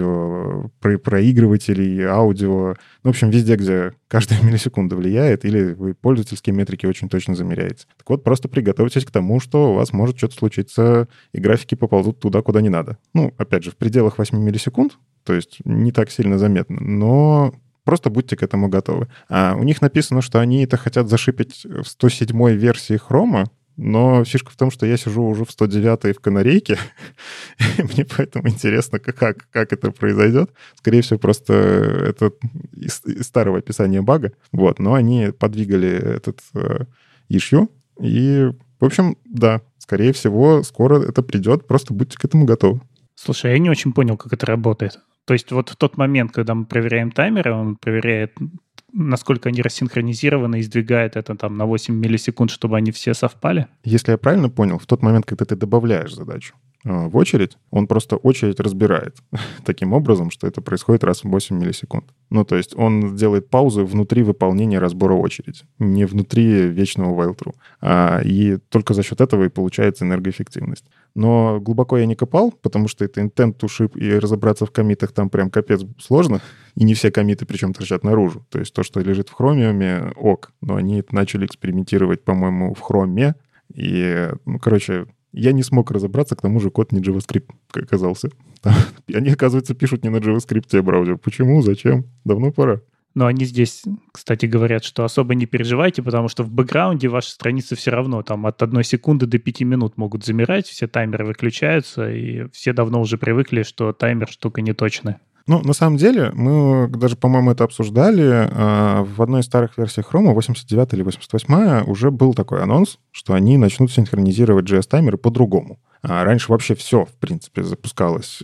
видеопроигрывателей, аудио. Ну, в общем, везде, где каждая миллисекунда влияет, или вы пользовательские метрики очень точно замеряете. Так вот, просто приготовьтесь к тому, что у вас может что-то случиться, и графики поползут туда, куда не надо. Ну, опять же, в пределах восьми миллисекунд, то есть не так сильно заметно, но просто будьте к этому готовы. А у них написано, что они это хотят зашипить в сто седьмой версии Chrome, но фишка в том, что я сижу уже в сто девятой в канарейке, и мне поэтому интересно, как, как это произойдет. Скорее всего, просто это из, из старого описания бага. Вот, но они подвигали этот э, issue, и, в общем, да, скорее всего, скоро это придет, просто будьте к этому готовы. Слушай, я не очень понял, как это работает. То То есть вот в тот момент, когда мы проверяем таймеры, он проверяет, насколько они рассинхронизированы, и сдвигает это там на восемь миллисекунд, чтобы они все совпали? Если я правильно понял, в тот момент, когда ты добавляешь задачу в очередь, он просто очередь разбирает таким образом, что это происходит раз в восемь миллисекунд. Ну, то есть он делает паузы внутри выполнения разбора очереди, не внутри вечного while true. А, и только за счет этого и получается энергоэффективность. Но глубоко я не копал, потому что это intent to ship, и разобраться в коммитах там прям капец сложно. И не все коммиты причем торчат наружу. То есть то, что лежит в хромиуме, ок. Но они это начали экспериментировать, по-моему, в хроме. И, ну, короче, я не смог разобраться, к тому же код не JavaScript оказался. Они, оказывается, пишут не на JavaScript, а браузер. Почему? Зачем? Давно пора. Но они здесь, кстати, говорят, что особо не переживайте, потому что в бэкграунде ваши страницы все равно там от одной секунды до пяти минут могут замирать, все таймеры выключаются, и все давно уже привыкли, что таймер штука неточная. Ну, на самом деле, мы даже, по-моему, это обсуждали. В одной из старых версий Chrome, восемьдесят девятая или восемьдесят восьмая, уже был такой анонс, что они начнут синхронизировать джей эс-таймеры по-другому. А раньше вообще все, в принципе, запускалось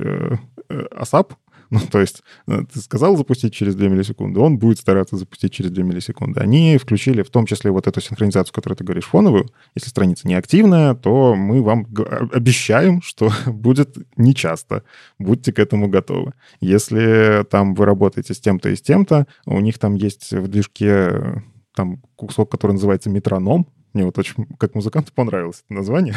асап. Ну, то есть ты сказал запустить через две миллисекунды, он будет стараться запустить через две миллисекунды. Они включили в том числе вот эту синхронизацию, которую ты говоришь, фоновую. Если страница не активная, то мы вам обещаем, что будет нечасто. Будьте к этому готовы. Если там вы работаете с тем-то и с тем-то, у них там есть в движке там кусок, который называется метроном. Мне вот очень, как музыканту, понравилось это название.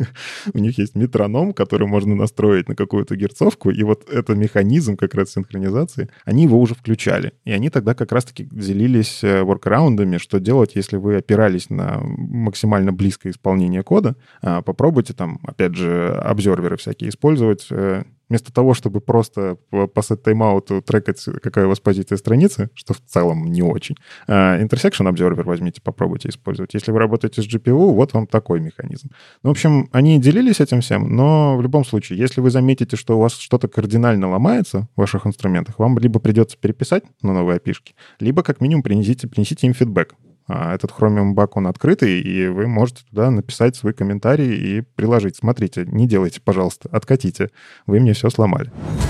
У них есть метроном, который можно настроить на какую-то герцовку, и вот этот механизм как раз синхронизации, они его уже включали. И они тогда как раз-таки делились воркараундами, что делать, если вы опирались на максимально близкое исполнение кода. Попробуйте там, опять же, обзерверы всякие использовать. Вместо того, чтобы просто по set timeout трекать, какая у вас позиция страницы, что в целом не очень, intersection observer возьмите, попробуйте использовать. Если вы работаете с джи пи ю, вот вам такой механизм. Ну, в общем, они делились этим всем, но в любом случае, если вы заметите, что у вас что-то кардинально ломается в ваших инструментах, вам либо придется переписать на новые эй пи ай-шки, либо как минимум принесите, принесите им фидбэк. Этот Chromium баг, он открытый, и вы можете туда написать свой комментарий и приложить. Смотрите, не делайте, пожалуйста, откатите. Вы мне все сломали.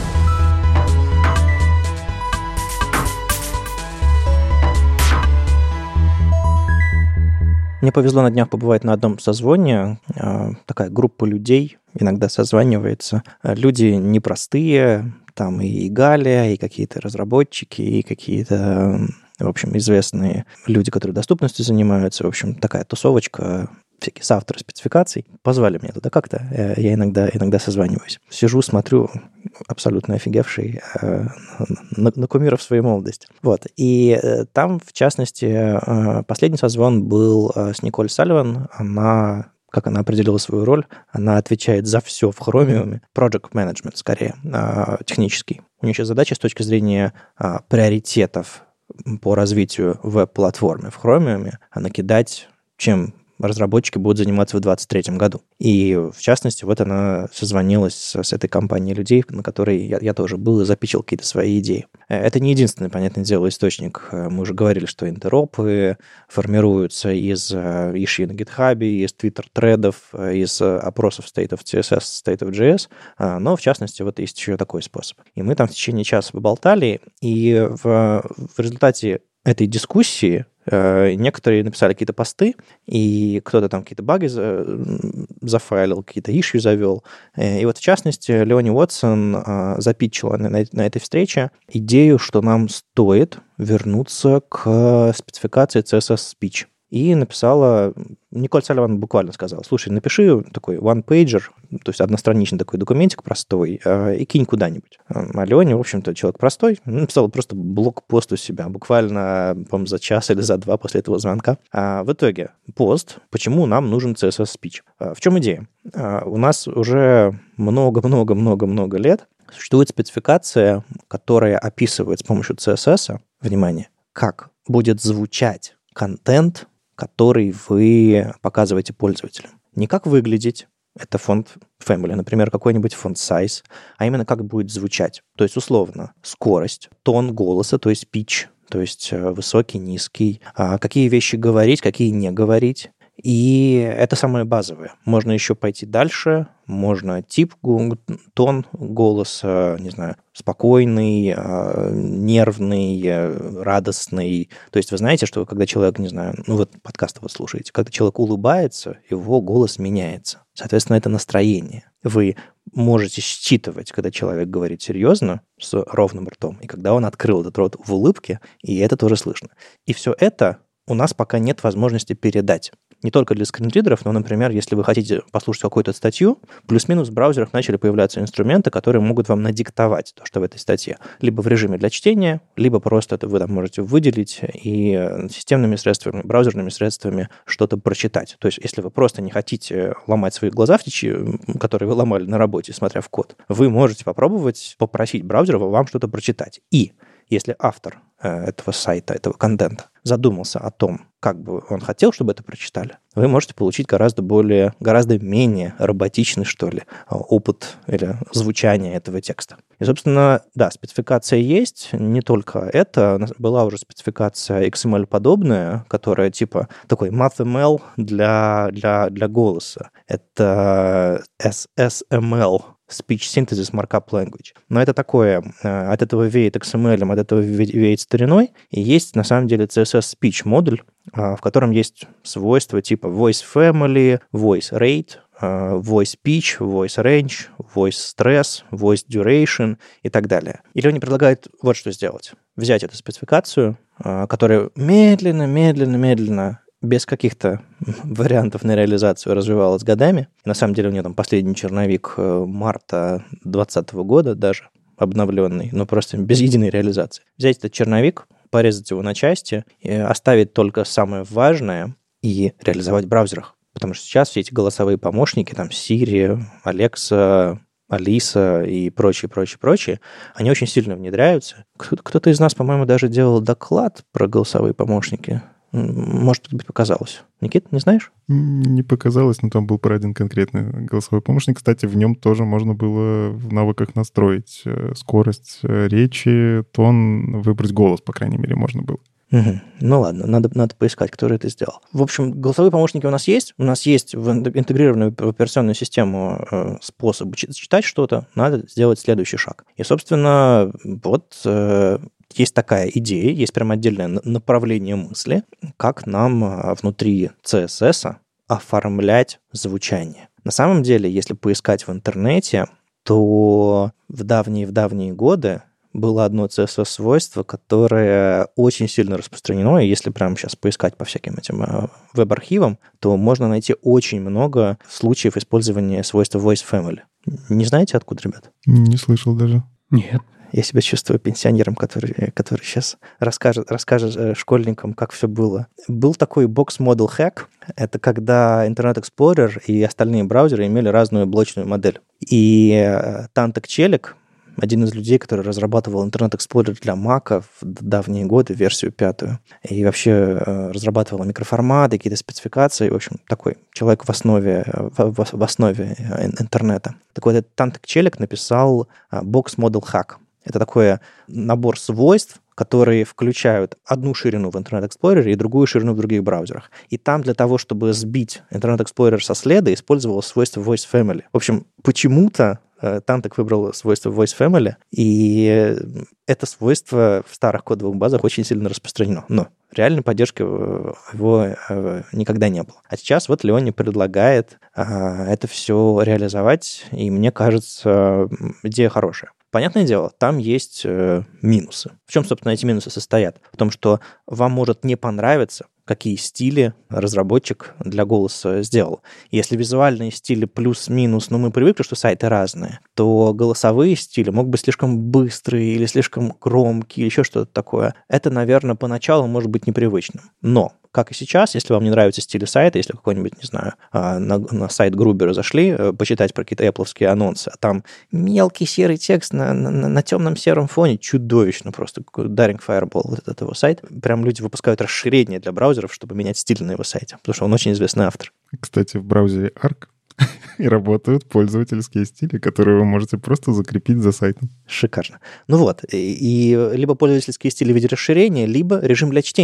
Мне повезло на днях побывать на одном созвоне. Такая группа людей иногда созванивается. Люди непростые, там и Галя, и какие-то разработчики, и какие-то... В общем, известные люди, которые доступностью занимаются. В общем, такая тусовочка, всякие соавторы спецификаций. Позвали меня туда как-то. Я иногда, иногда созваниваюсь. Сижу, смотрю, абсолютно офигевший на, на кумиров своей молодости. Вот. И там, в частности, последний созвон был с Николь Салливан. Она... как она определила свою роль, она отвечает за все в Chromium, project management скорее, технический. У нее сейчас задача с точки зрения приоритетов по развитию веб-платформы в Chromium накидать, чем разработчики будут заниматься в двадцать третьем году. И, в частности, вот она созвонилась с, с этой компанией людей, на которой я, я тоже был и запичил какие-то свои идеи. Это не единственный, понятное дело, источник. Мы уже говорили, что интеропы формируются из issue на GitHub, из Twitter-тредов, из опросов State of си эс эс, State of джей эс. Но, в частности, вот есть еще такой способ. И мы там в течение часа поболтали, и в, в результате этой дискуссии некоторые написали какие-то посты, и кто-то там какие-то баги зафайлил, какие-то ишью завел. И вот, в частности, Леони Уотсон запитчила на, на этой встрече идею, что нам стоит вернуться к спецификации си эс эс Speech. И написала, Николь Салливан буквально сказала, слушай, напиши такой one-pager, то есть одностраничный такой документик простой, и кинь куда-нибудь. А Леоня, в общем-то, человек простой, написал просто блог-пост у себя, буквально, по-моему, за час или за два после этого звонка. А в итоге пост, почему нам нужен си эс эс Speech. В чем идея? У нас уже много-много-много-много лет существует спецификация, которая описывает с помощью си эс эс, внимание, как будет звучать контент, который вы показываете пользователям. Не как выглядеть, это фонд family, например, какой-нибудь фонд size, а именно как будет звучать. То есть, условно, скорость, тон голоса, то есть pitch, то есть высокий, низкий, какие вещи говорить, какие не говорить, И это самое базовое. Можно еще пойти дальше. Можно тип, тон голоса, не знаю, спокойный, нервный, радостный. То есть вы знаете, что когда человек, не знаю, ну вот подкаст вы слушаете, когда человек улыбается, его голос меняется. Соответственно, это настроение. Вы можете считывать, когда человек говорит серьезно, с ровным ртом, и когда он открыл этот рот в улыбке, и это тоже слышно. И все это у нас пока нет возможности передать. Не только для скринридеров, но, например, если вы хотите послушать какую-то статью, плюс-минус в браузерах начали появляться инструменты, которые могут вам надиктовать то, что в этой статье. Либо в режиме для чтения, либо просто это вы там можете выделить и системными средствами, браузерными средствами что-то прочитать. То есть если вы просто не хотите ломать свои глаза, в течение, которые вы ломали на работе, смотря в код, вы можете попробовать попросить браузера вам что-то прочитать. И если автор этого сайта, этого контента задумался о том, как бы он хотел, чтобы это прочитали, вы можете получить гораздо более, гораздо менее роботичный, что ли, опыт или звучание этого текста. И, собственно, да, спецификация есть, не только это. Была уже спецификация икс эм эль-подобная, которая типа такой MathML для, для, для голоса. Это эс эс эм эл, Speech Synthesis Markup Language. Но это такое, от этого веет икс эм эль, от этого веет стариной, и есть, на самом деле, си эс эс Speech модуль, в котором есть свойства типа Voice Family, Voice Rate, Voice Pitch, Voice Range, Voice Stress, Voice Duration и так далее. Или он предлагает вот что сделать. Взять эту спецификацию, которая медленно, медленно, медленно без каких-то вариантов на реализацию развивалась годами. На самом деле у нее там последний черновик марта двадцатого года даже обновленный, но просто без единой реализации. Взять этот черновик, порезать его на части, и оставить только самое важное и реализовать в браузерах. Потому что сейчас все эти голосовые помощники, там Siri, Alexa, Алиса и прочее, прочее, прочее, они очень сильно внедряются. Кто-то из нас, по-моему, даже делал доклад про голосовые помощники. Может быть, показалось. Никит, не знаешь? Не показалось, но там был про один конкретный голосовой помощник. Кстати, в нем тоже можно было в навыках настроить скорость речи, тон, выбрать голос, по крайней мере, можно было. Угу. Ну ладно, надо, надо поискать, кто же это сделал. В общем, голосовые помощники у нас есть. У нас есть в интегрированную в операционную систему э, способ читать что-то. Надо сделать следующий шаг. И, собственно, вот... Э, есть такая идея, есть прям отдельное направление мысли, как нам внутри си эс эс оформлять звучание. На самом деле, если поискать в интернете, то в давние-в давние годы было одно си эс эс-свойство, которое очень сильно распространено, и если прямо сейчас поискать по всяким этим веб-архивам, то можно найти очень много случаев использования свойства Voice Family. Не знаете, откуда, ребят? Не слышал даже. Нет. Я себя чувствую пенсионером, который, который сейчас расскажет, расскажет школьникам, как все было. Был такой Box Model Hack. Это когда Internet Explorer и остальные браузеры имели разную блочную модель. И Тантек Челик, один из людей, который разрабатывал Internet Explorer для Mac в давние годы, версию пятую, и вообще разрабатывал микроформаты, какие-то спецификации. В общем, такой человек в основе, в, в основе интернета. Так вот, этот Тантек Челик написал Box Model Hack. Это такой набор свойств, которые включают одну ширину в Internet Explorer и другую ширину в других браузерах. И там для того, чтобы сбить Internet Explorer со следа, использовалось свойство Voice Family. В общем, почему-то Тантек выбрал свойство Voice Family, и это свойство в старых кодовых базах очень сильно распространено. Но реальной поддержки его никогда не было. А сейчас вот Леони предлагает это все реализовать, и мне кажется, идея хорошая. Понятное дело, там есть э, минусы. В чем, собственно, эти минусы состоят? В том, что вам может не понравиться, какие стили разработчик для голоса сделал. Если визуальные стили плюс-минус, но мы привыкли, что сайты разные, то голосовые стили могут быть слишком быстрые или слишком громкие, или еще что-то такое. Это, наверное, поначалу может быть непривычным. Но как и сейчас, если вам не нравятся стили сайта, если какой-нибудь, не знаю, на, на сайт Грубера зашли, почитать про какие-то Apple-овские анонсы, а там мелкий серый текст на, на, на темном сером фоне, чудовищно просто. Daring Fireball, вот этот его сайт. Прям люди выпускают расширение для браузеров, чтобы менять стиль на его сайте, потому что он очень известный автор. Кстати, в браузере Arc и работают пользовательские стили, которые вы можете просто закрепить за сайтом. Шикарно. Ну вот, и, и либо пользовательские стили в виде расширения, либо режим для чтения.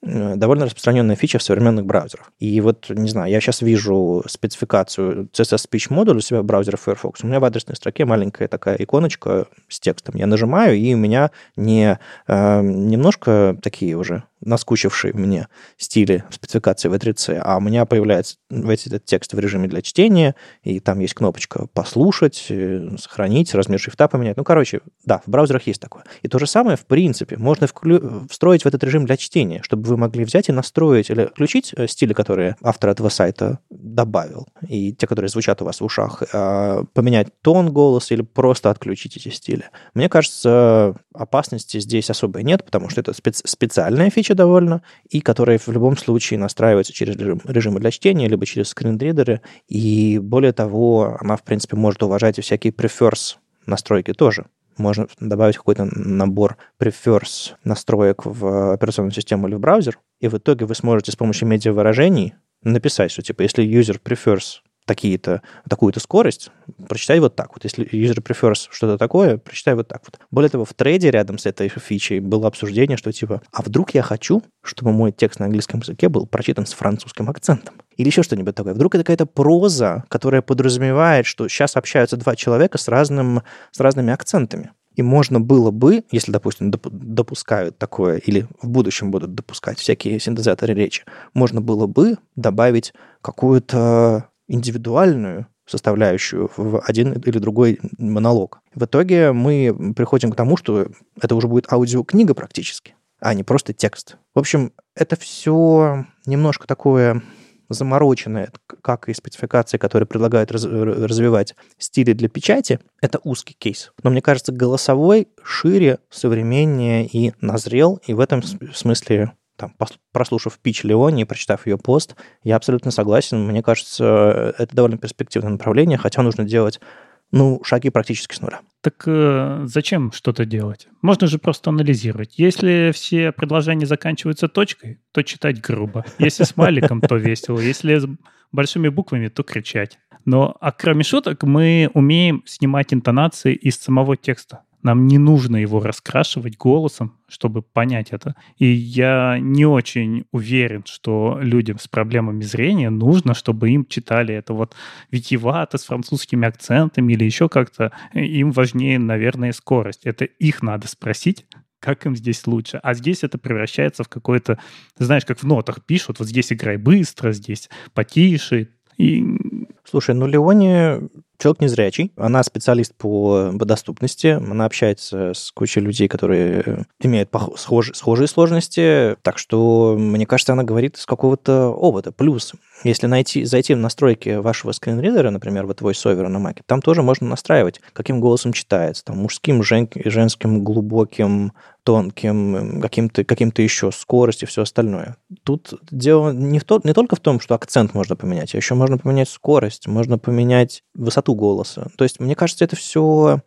довольно распространенная фича в современных браузерах. И вот, не знаю, я сейчас вижу спецификацию си эс эс Speech Module у себя в браузере Firefox. У меня в адресной строке маленькая такая иконочка с текстом. Я нажимаю, и у меня не э, немножко такие уже наскучившие мне стили спецификации ви три си, а у меня появляется этот текст в режиме для чтения, и там есть кнопочка «Послушать», «Сохранить», размер шрифта поменять. Ну, короче, да, в браузерах есть такое. И то же самое, в принципе, можно вклю... встроить в этот режим для чтения, чтобы вы могли взять и настроить или включить стили, которые автор этого сайта добавил, и те, которые звучат у вас в ушах, поменять тон голоса или просто отключить эти стили. Мне кажется, опасности здесь особой нет, потому что это специ... специальная фича довольно, и которая в любом случае настраивается через режим, режимы для чтения, либо через скринридеры, и более того, она, в принципе, может уважать и всякие prefers настройки тоже. Можно добавить какой-то набор prefers настроек в операционную систему или в браузер, и в итоге вы сможете с помощью медиавыражений написать, что типа если user prefers такие-то, такую-то скорость, прочитай вот так вот. Если user prefers что-то такое, прочитай вот так вот. Более того, в трейде рядом с этой фичей было обсуждение, что типа, а вдруг я хочу, чтобы мой текст на английском языке был прочитан с французским акцентом? Или еще что-нибудь такое. Вдруг это какая-то проза, которая подразумевает, что сейчас общаются два человека с, разным, с разными акцентами. И можно было бы, если, допустим, допускают такое, или в будущем будут допускать всякие синтезаторы речи, можно было бы добавить какую-то индивидуальную составляющую в один или другой монолог. В итоге мы приходим к тому, что это уже будет аудиокнига практически, а не просто текст. В общем, это все немножко такое замороченное, как и спецификации, которые предлагают раз, развивать стили для печати. Это узкий кейс. Но мне кажется, голосовой шире, современнее и назрел, и в этом смысле... Там, прослушав пич Леони и прочитав ее пост, я абсолютно согласен. Мне кажется, это довольно перспективное направление, хотя нужно делать, ну, шаги практически с нуля. Так э, зачем что-то делать? Можно же просто анализировать. Если все предложения заканчиваются точкой, то читать грубо. Если смайликом, то весело. Если с большими буквами, то кричать. Но, а кроме шуток, мы умеем снимать интонации из самого текста. Нам не нужно его раскрашивать голосом, чтобы понять это. И я не очень уверен, что людям с проблемами зрения нужно, чтобы им читали это вот витиевато, с французскими акцентами или еще как-то. Им важнее, наверное, скорость. Это их надо спросить, как им здесь лучше. А здесь это превращается в какой-то, знаешь, как в нотах пишут, вот здесь играй быстро, здесь потише. И... Слушай, ну Леони человек незрячий, она специалист по доступности, она общается с кучей людей, которые имеют схожие, схожие сложности, так что, мне кажется, она говорит из какого-то опыта. Плюс, если найти, зайти в настройки вашего скринридера, например, вот VoiceOver на Mac, там тоже можно настраивать, каким голосом читается, там мужским, жен, женским, глубоким, тонким, каким-то, каким-то еще скорость и все остальное. Тут дело не, в то, не только в том, что акцент можно поменять, а еще можно поменять скорость, можно поменять высоту голоса. То есть, мне кажется, это все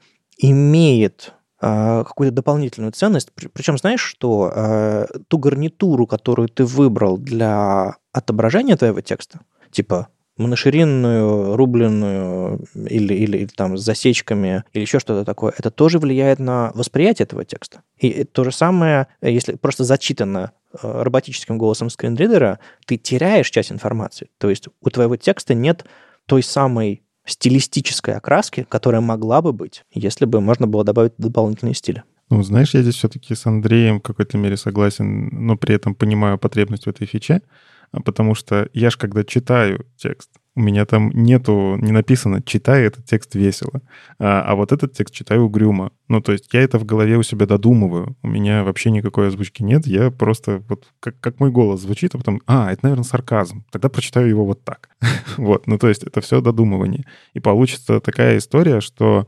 имеет а, какую-то дополнительную ценность. Причем, знаешь, что а, ту гарнитуру, которую ты выбрал для отображения твоего текста, типа моноширинную, рубленную или, или, или там с засечками, или еще что-то такое, это тоже влияет на восприятие этого текста. И то же самое, если просто зачитано роботическим голосом скринридера, ты теряешь часть информации. То есть у твоего текста нет той самой стилистической окраски, которая могла бы быть, если бы можно было добавить дополнительные стили. Ну, знаешь, я здесь все-таки с Андреем в какой-то мере согласен, но при этом понимаю потребность в этой фиче, потому что я ж когда читаю текст, у меня там нету, не написано «читай этот текст весело», а, а вот этот текст читаю угрюмо. Ну, то есть я это в голове у себя додумываю. У меня вообще никакой озвучки нет. Я просто вот как, как мой голос звучит, а потом «а, это, наверное, сарказм». Тогда прочитаю его вот так. Вот, ну, то есть это все додумывание. И получится такая история, что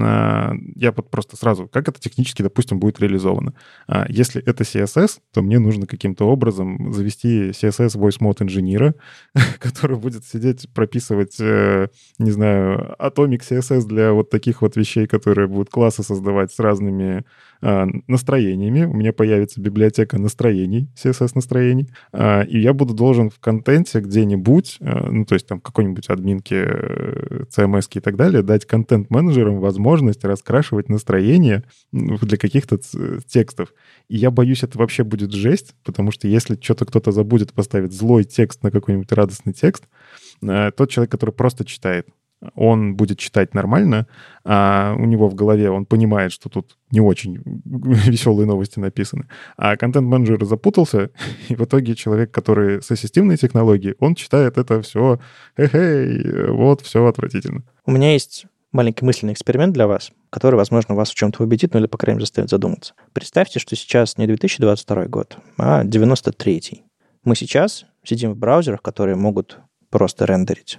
а, я вот просто сразу, как это технически, допустим, будет реализовано. А, если это си эс эс, то мне нужно каким-то образом завести си эс эс Voice Mode инженера, который будет сидеть прописывать, не знаю, Atomic си эс эс для вот таких вот вещей, которые будут классы создавать с разными а, настроениями. У меня появится библиотека настроений, си эс эс-настроений, а, и я буду должен в контенте где-нибудь, а, ну, то есть там какой-нибудь админке си эм эс и так далее, дать контент-менеджерам возможность раскрашивать настроение для каких-то текстов. И я боюсь, это вообще будет жесть, потому что если что-то кто-то забудет поставить злой текст на какой-нибудь радостный текст, тот человек, который просто читает, он будет читать нормально, а у него в голове он понимает, что тут не очень веселые новости написаны. А контент-менеджер запутался, и в итоге человек, который с ассистивной технологией, он читает это все, эй, вот, все отвратительно. У меня есть маленький мысленный эксперимент для вас, который, возможно, вас в чем-то убедит, ну или, по крайней мере, заставит задуматься. Представьте, что сейчас не две тысячи двадцать второй год, а девяносто третий. Мы сейчас сидим в браузерах, которые могут просто рендерить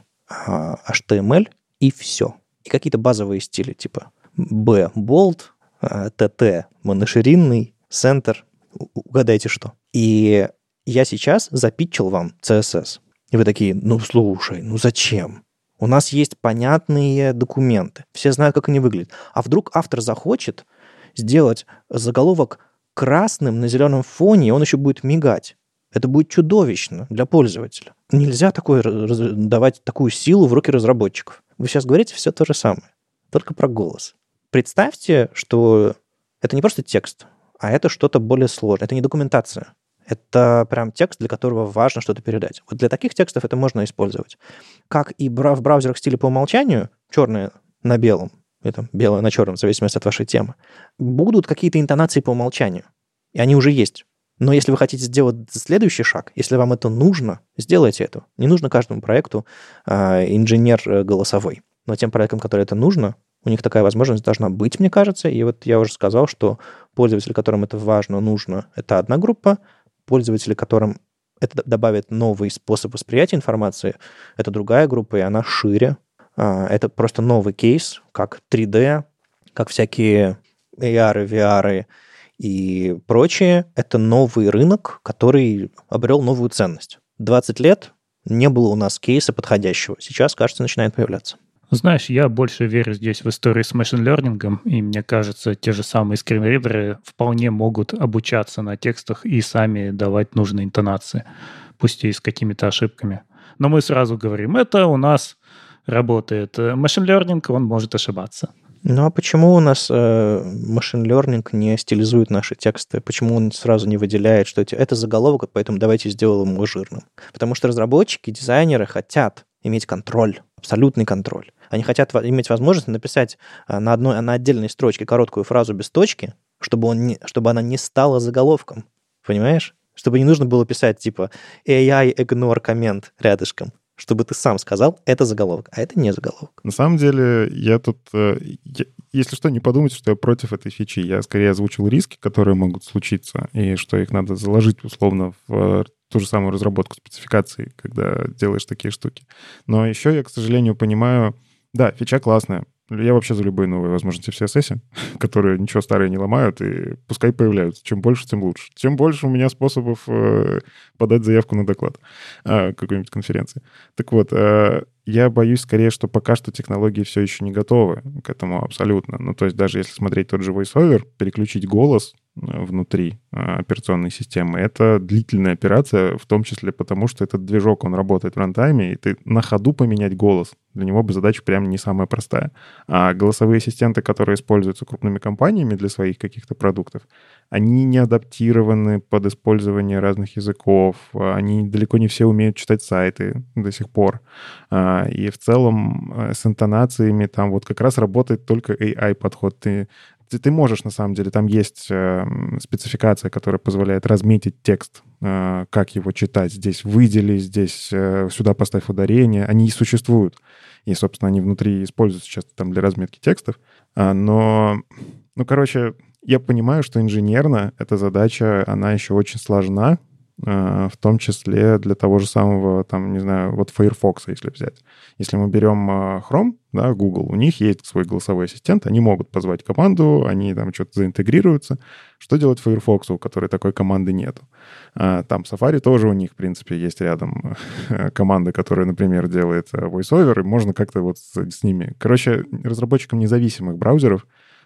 эйч ти эм эль и все. И какие-то базовые стили, типа B bold, ти ти моноширинный, center, угадайте что. И я сейчас запитчил вам си эс эс. И вы такие, ну слушай, ну зачем? У нас есть понятные документы, все знают, как они выглядят. А вдруг автор захочет сделать заголовок красным на зеленом фоне, и он еще будет мигать. Это будет чудовищно для пользователя. Нельзя такое, давать такую силу в руки разработчиков. Вы сейчас говорите все то же самое, только про голос. Представьте, что это не просто текст, а это что-то более сложное. Это не документация. Это прям текст, для которого важно что-то передать. Вот для таких текстов это можно использовать. Как и в браузерах стиля по умолчанию, черное на белом, это белое на черном, в зависимости от вашей темы, будут какие-то интонации по умолчанию. И они уже есть. Но если вы хотите сделать следующий шаг, если вам это нужно, сделайте это. Не нужно каждому проекту э, инженер голосовой. Но тем проектам, которые это нужно, у них такая возможность должна быть, мне кажется. И вот я уже сказал, что пользователи, которым это важно, нужно, это одна группа. Пользователи, которым это добавит новый способ восприятия информации, это другая группа, и она шире. Э, это просто новый кейс, как три дэ, как всякие эй ар, ви ар и прочее, это новый рынок, который обрел новую ценность. двадцать лет не было у нас кейса подходящего. Сейчас, кажется, начинает появляться. Знаешь, я больше верю здесь в истории с машин-лернингом, и мне кажется, те же самые скринридеры вполне могут обучаться на текстах и сами давать нужные интонации, пусть и с какими-то ошибками. Но мы сразу говорим, это у нас работает машин-лернинг, он может ошибаться. Ну а почему у нас машин э, learning не стилизует наши тексты? Почему он сразу не выделяет, что это, это заголовок, поэтому давайте сделаем его жирным? Потому что разработчики, дизайнеры хотят иметь контроль, абсолютный контроль. Они хотят иметь возможность написать на, одной, на отдельной строчке короткую фразу без точки, чтобы, он не, чтобы она не стала заголовком. Понимаешь? Чтобы не нужно было писать типа эй ай ignore коммент рядышком. Чтобы ты сам сказал, это заголовок, а это не заголовок. На самом деле, я тут, я, если что, не подумайте, что я против этой фичи. Я скорее озвучил риски, которые могут случиться, и что их надо заложить условно в ту же самую разработку спецификаций, когда делаешь такие штуки. Но еще я, к сожалению, понимаю, да, фича классная. Я вообще за любые новые возможности в си эс эс, которые ничего старое не ломают, и пускай появляются. Чем больше, тем лучше. Тем больше у меня способов э, подать заявку на доклад э, какой-нибудь конференции. Так вот, э, я боюсь скорее, что пока что технологии все еще не готовы к этому абсолютно. Ну, то есть даже если смотреть тот же VoiceOver, переключить голос внутри операционной системы, это длительная операция, в том числе потому, что этот движок, он работает в рантайме, и ты на ходу поменять голос, для него бы задача прям не самая простая. А голосовые ассистенты, которые используются крупными компаниями для своих каких-то продуктов, они не адаптированы под использование разных языков, они далеко не все умеют читать сайты до сих пор. И в целом с интонациями там вот как раз работает только эй ай-подход. Ты Ты можешь, на самом деле, там есть э, спецификация, которая позволяет разметить текст, э, как его читать. Здесь выдели, здесь э, сюда поставь ударение. Они и существуют. И, собственно, они внутри используются часто там для разметки текстов. А, но, ну, короче, я понимаю, что инженерно эта задача, она еще очень сложна, э, в том числе для того же самого, там, не знаю, вот Firefox, если взять. Если мы берем э, Chrome, да, Google, у них есть свой голосовой ассистент, они могут позвать команду, они там что-то заинтегрируются. Что делать Firefox, у которой такой команды нету? А, там Safari тоже у них, в принципе, есть рядом команда, которая, например, делает VoiceOver, и можно как-то вот с, с ними... Короче, разработчикам независимых браузеров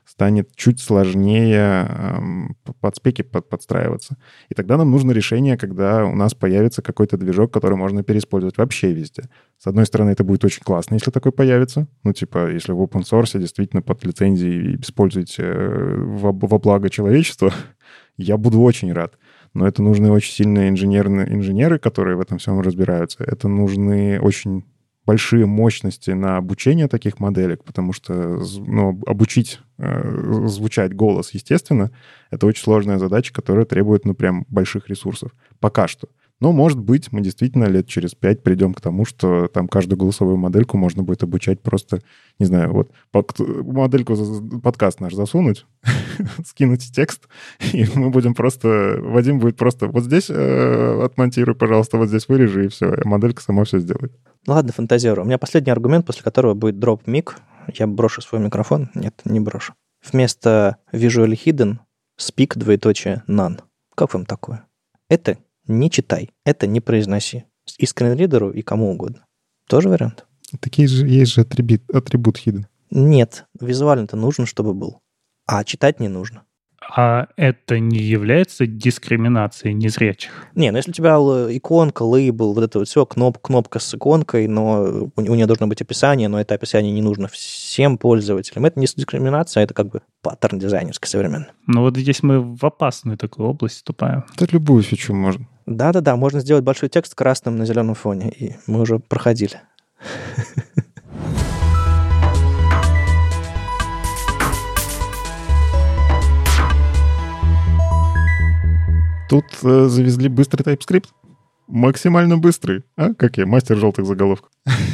станет чуть сложнее эм, под спеки под, подстраиваться. И тогда нам нужно решение, когда у нас появится какой-то движок, который можно переиспользовать вообще везде. С одной стороны, это будет очень классно, если такой появится. Ну, типа, если в open source действительно под лицензией используете во, во благо человечества, я буду очень рад. Но это нужны очень сильные инженерные инженеры, которые в этом всем разбираются. Это нужны очень большие мощности на обучение таких моделек, потому что ну, обучить э, звучать голос, естественно, это очень сложная задача, которая требует, ну, прям больших ресурсов. Пока что. Но, может быть, мы действительно лет через пять придем к тому, что там каждую голосовую модельку можно будет обучать просто, не знаю, вот модельку, подкаст наш засунуть, скинуть текст, и мы будем просто... Вадим будет просто вот здесь э, отмонтируй, пожалуйста, вот здесь вырежи, и все, и моделька сама все сделает. Ну ладно, фантазеру. У меня последний аргумент, после которого будет drop mic. Я брошу свой микрофон. Нет, не брошу. Вместо visual hidden speak двоеточие none. Как вам такое? Это не читай, это не произноси. И скринридеру, и кому угодно. Тоже вариант? Такие же, есть же атрибут, атрибут hidden. Нет, визуально-то нужен, чтобы был. А читать не нужно. А это не является дискриминацией незрячих? Не, ну если у тебя иконка, лейбл, вот это вот все, кноп, кнопка с иконкой, но у, у нее должно быть описание, но это описание не нужно всем пользователям. Это не дискриминация, это как бы паттерн дизайнерский современный. Ну вот здесь мы в опасную такую область вступаем. Это любую фичу можно. Да-да-да, можно сделать большой текст красным на зеленом фоне, и мы уже проходили. Тут э, завезли быстрый TypeScript. Максимально быстрый. А? Как я? Мастер желтых заголовков.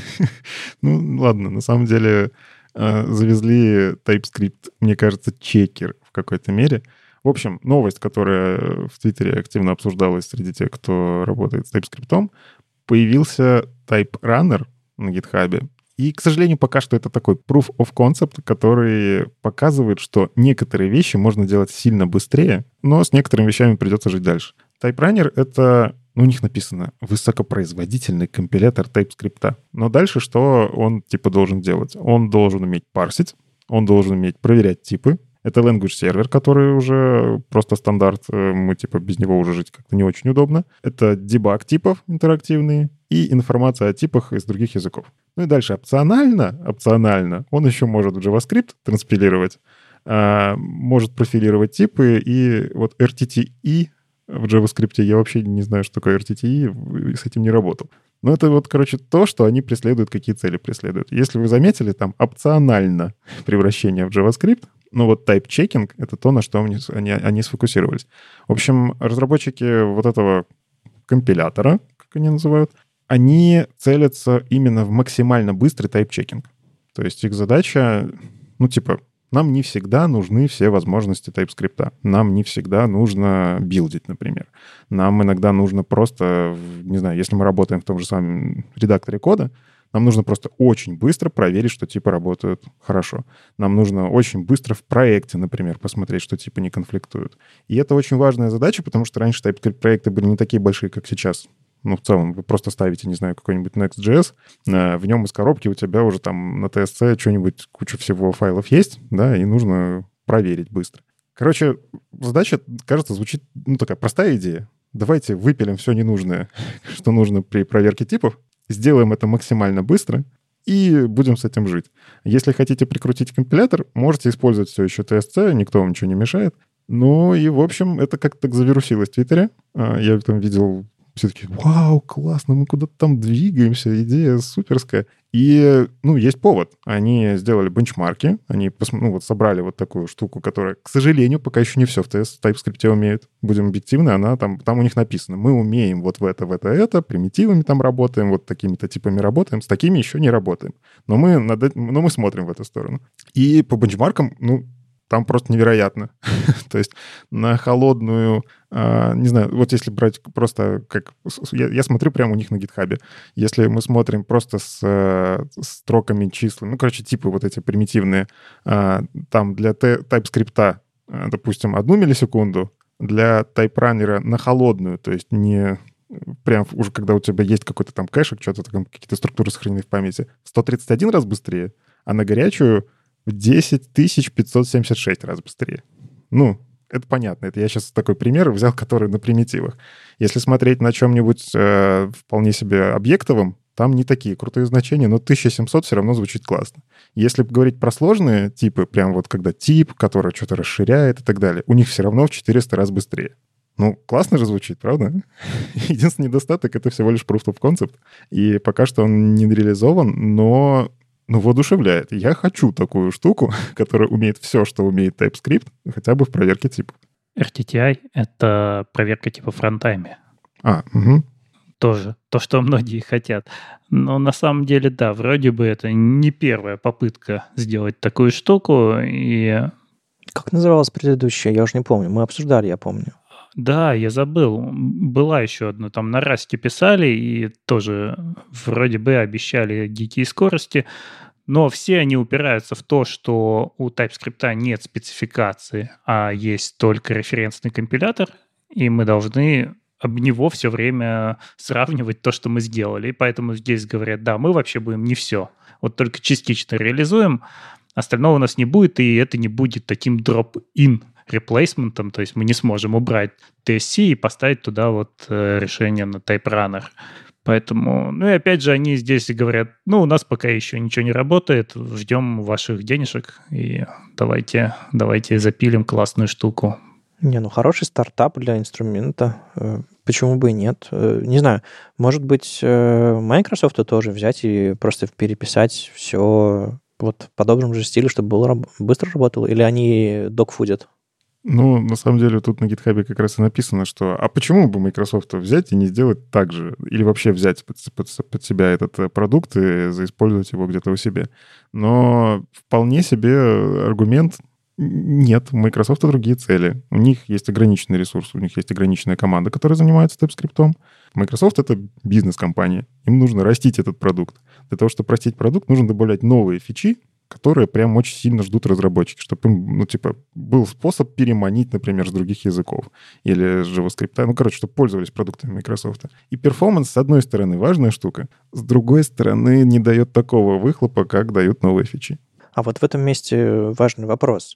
Ну, ладно, на самом деле э, завезли TypeScript, мне кажется, чекер в какой-то мере. В общем, новость, которая в Твиттере активно обсуждалась среди тех, кто работает с TypeScript, появился TypeRunner на GitHub. И, к сожалению, пока что это такой proof of concept, который показывает, что некоторые вещи можно делать сильно быстрее, но с некоторыми вещами придется жить дальше. TypeRunner — это, ну, у них написано, высокопроизводительный компилятор TypeScript. Но дальше что он, типа, должен делать? Он должен уметь парсить, он должен уметь проверять типы. Это language сервер, который уже просто стандарт, мы, типа, без него уже жить как-то не очень удобно. Это дебаг типов интерактивные и информация о типах из других языков. Ну и дальше опционально, опционально он еще может в JavaScript транспилировать, а, может профилировать типы, и вот эр ти ти и в JavaScript я вообще не знаю, что такое эр ти ти и, с этим не работал. Но это вот, короче, то, что они преследуют, какие цели преследуют. Если вы заметили, там опционально превращение в JavaScript, ну вот type-checking — это то, на что они, они, они сфокусировались. В общем, разработчики вот этого компилятора, как они называют, они целятся именно в максимально быстрый type-checking. То есть их задача, ну типа, нам не всегда нужны все возможности TypeScript. Нам не всегда нужно билдить, например. Нам иногда нужно просто, не знаю, если мы работаем в том же самом редакторе кода, нам нужно просто очень быстро проверить, что типы работают хорошо. Нам нужно очень быстро в проекте, например, посмотреть, что типы не конфликтуют. И это очень важная задача, потому что раньше TypeScript-проекты были не такие большие, как сейчас. Ну, в целом, вы просто ставите, не знаю, какой-нибудь Next.js, в нем из коробки у тебя уже там на ти эс си что-нибудь, куча всего файлов есть, да, и нужно проверить быстро. Короче, задача, кажется, звучит, ну, такая простая идея. Давайте выпилим все ненужное, что нужно при проверке типов, сделаем это максимально быстро и будем с этим жить. Если хотите прикрутить компилятор, можете использовать все еще ти эс си, никто вам ничего не мешает. Ну и, в общем, это как-то так завирусилось в Твиттере. Я там видел... Все таки вау, классно, мы куда-то там двигаемся, идея суперская. И, ну, есть повод. Они сделали бенчмарки, они пос... ну, вот собрали вот такую штуку, которая, к сожалению, пока еще не все в TypeScript умеет. Будем объективны, она там, там у них написано, мы умеем вот в это, в это, это, примитивами там работаем, вот такими-то типами работаем, с такими еще не работаем. Но мы, над... Но мы смотрим в эту сторону. И по бенчмаркам, ну, там просто невероятно. То есть на холодную, э, не знаю, вот если брать просто как... Я, я смотрю прямо у них на GitHub. Если мы смотрим просто с, э, строками числа, ну, короче, типы вот эти примитивные, э, там для TypeScript, э, допустим, одну миллисекунду, для TypeRunner на холодную, то есть не... Прям уже когда у тебя есть какой-то там кэшек, что-то там, какие-то структуры сохранены в памяти, сто тридцать один раз быстрее, а на горячую в десять тысяч пятьсот семьдесят шесть раз быстрее. Ну, это понятно. Это я сейчас такой пример взял, который на примитивах. Если смотреть на чем-нибудь э, вполне себе объектовом, там не такие крутые значения, но тысяча семьсот все равно звучит классно. Если говорить про сложные типы, прям вот когда тип, который что-то расширяет и так далее, у них все равно в четыреста раз быстрее. Ну, классно же звучит, правда? Единственный недостаток — это всего лишь proof of concept. И пока что он не реализован, но ну, воодушевляет. Я хочу такую штуку, которая умеет все, что умеет TypeScript, хотя бы в проверке типов. эр ти ти ай — это проверка типа в рантайме. А, угу. Тоже то, что многие хотят. Но на самом деле, да, вроде бы это не первая попытка сделать такую штуку. И... Как называлась предыдущая? Я уже не помню. Мы обсуждали, я помню. Да, я забыл. Была еще одна. Там на Расте писали и тоже вроде бы обещали дикие скорости. Но все они упираются в то, что у TypeScript нет спецификации, а есть только референсный компилятор, и мы должны об него все время сравнивать то, что мы сделали. И поэтому здесь говорят, да, мы вообще будем не все. Вот только частично реализуем, остального у нас не будет, и это не будет таким drop-in реплейсментом, то есть мы не сможем убрать ти эс си и поставить туда вот э, решение на TypeRunner. Поэтому, ну и опять же, они здесь говорят, ну, у нас пока еще ничего не работает, ждем ваших денежек, и давайте, давайте запилим классную штуку. Не, ну хороший стартап для инструмента. Почему бы и нет? Не знаю, может быть, Microsoft тоже взять и просто переписать все вот в подобном же стиле, чтобы было быстро работало? Или они докфудят? Ну, на самом деле, тут на GitHub как раз и написано, что а почему бы Microsoft взять и не сделать так же? Или вообще взять под, под, под себя этот продукт и заиспользовать его где-то у себя? Но вполне себе аргумент нет. У Microsoft другие цели. У них есть ограниченный ресурс, у них есть ограниченная команда, которая занимается TypeScript. Microsoft — это бизнес-компания. Им нужно растить этот продукт. Для того, чтобы растить продукт, нужно добавлять новые фичи, которые прям очень сильно ждут разработчики, чтобы им, ну, типа, был способ переманить, например, с других языков или с JavaScript. Ну, короче, чтобы пользовались продуктами Microsoft. И перформанс, с одной стороны, важная штука, с другой стороны, не дает такого выхлопа, как дают новые фичи. А вот в этом месте важный вопрос.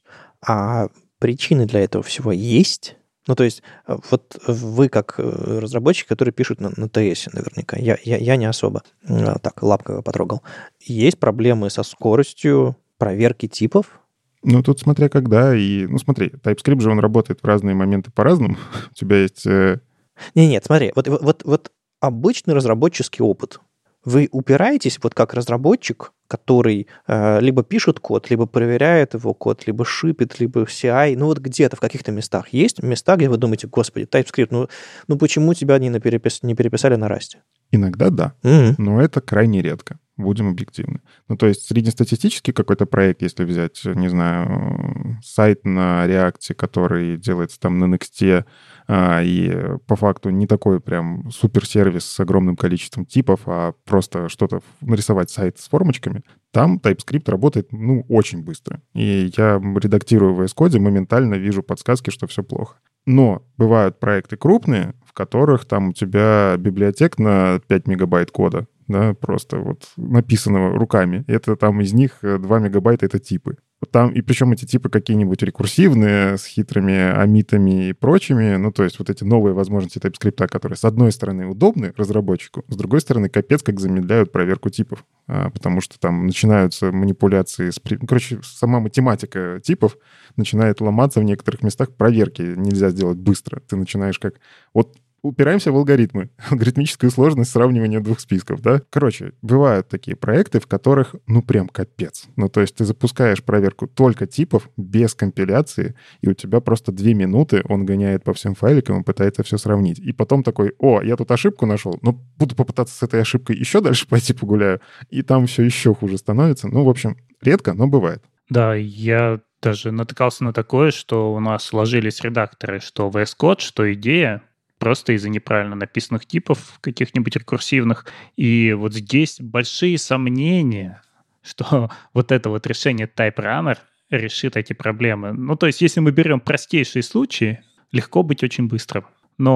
А причины для этого всего есть? Ну, то есть, вот вы как разработчик, который пишет на, на ти эс наверняка, я, я, я не особо, так, лапкой потрогал. Есть проблемы со скоростью проверки типов? Ну, тут смотря когда. И, ну, смотри, TypeScript же, он работает в разные моменты по-разному. У тебя есть... Э... Не-нет, смотри, вот, вот, вот обычный разработческий опыт. Вы упираетесь вот как разработчик, который э, либо пишет код, либо проверяет его код, либо шипит, либо си ай. Ну вот где-то в каких-то местах есть места, где вы думаете, господи, TypeScript, ну, ну почему тебя не, на перепис... не переписали на Расте? Иногда да, mm-hmm. но это крайне редко. Будем объективны. Ну, то есть среднестатистический какой-то проект, если взять, не знаю, сайт на React, который делается там на Next, а, и по факту не такой прям суперсервис с огромным количеством типов, а просто что-то нарисовать сайт с формочками, там TypeScript работает, ну, очень быстро. И я редактирую в ви эс Code, моментально вижу подсказки, что все плохо. Но бывают проекты крупные, в которых там у тебя библиотек на пять мегабайт кода, да, просто вот написанного руками. Это там из них два мегабайта — это типы. Там, и причем эти типы какие-нибудь рекурсивные, с хитрыми амитами и прочими. Ну, то есть вот эти новые возможности TypeScript, которые, с одной стороны, удобны разработчику, с другой стороны, капец как замедляют проверку типов. А, потому что там начинаются манипуляции. С... Короче, сама математика типов начинает ломаться в некоторых местах. Проверки нельзя сделать быстро. Ты начинаешь как... Вот упираемся в алгоритмы. Алгоритмическую сложность сравнивания двух списков, да? Короче, бывают такие проекты, в которых, ну, прям капец. Ну, то есть ты запускаешь проверку только типов, без компиляции, и у тебя просто две минуты он гоняет по всем файликам и пытается все сравнить. И потом такой, о, я тут ошибку нашел, но буду попытаться с этой ошибкой еще дальше пойти погуляю. И там все еще хуже становится. Ну, в общем, редко, но бывает. Да, я даже натыкался на такое, что у нас сложились редакторы, что ви эс Code, что идея, просто из-за неправильно написанных типов каких-нибудь рекурсивных. И вот здесь большие сомнения, что вот это вот решение TypeRunner решит эти проблемы. Ну, то есть, если мы берем простейшие случаи, легко быть очень быстрым. Но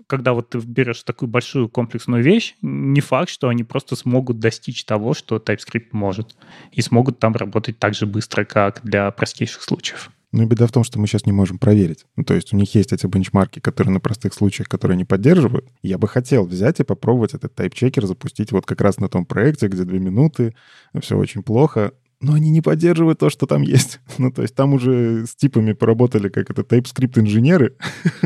когда вот ты берешь такую большую комплексную вещь, не факт, что они просто смогут достичь того, что TypeScript может, и смогут там работать так же быстро, как для простейших случаев. Ну и беда в том, что мы сейчас не можем проверить. Ну, то есть у них есть эти бенчмарки, которые на простых случаях, которые они поддерживают. Я бы хотел взять и попробовать этот тайп-чекер запустить вот как раз на том проекте, где две минуты, все очень плохо. Но они не поддерживают то, что там есть. Ну, то есть там уже с типами поработали, как это, TypeScript-инженеры,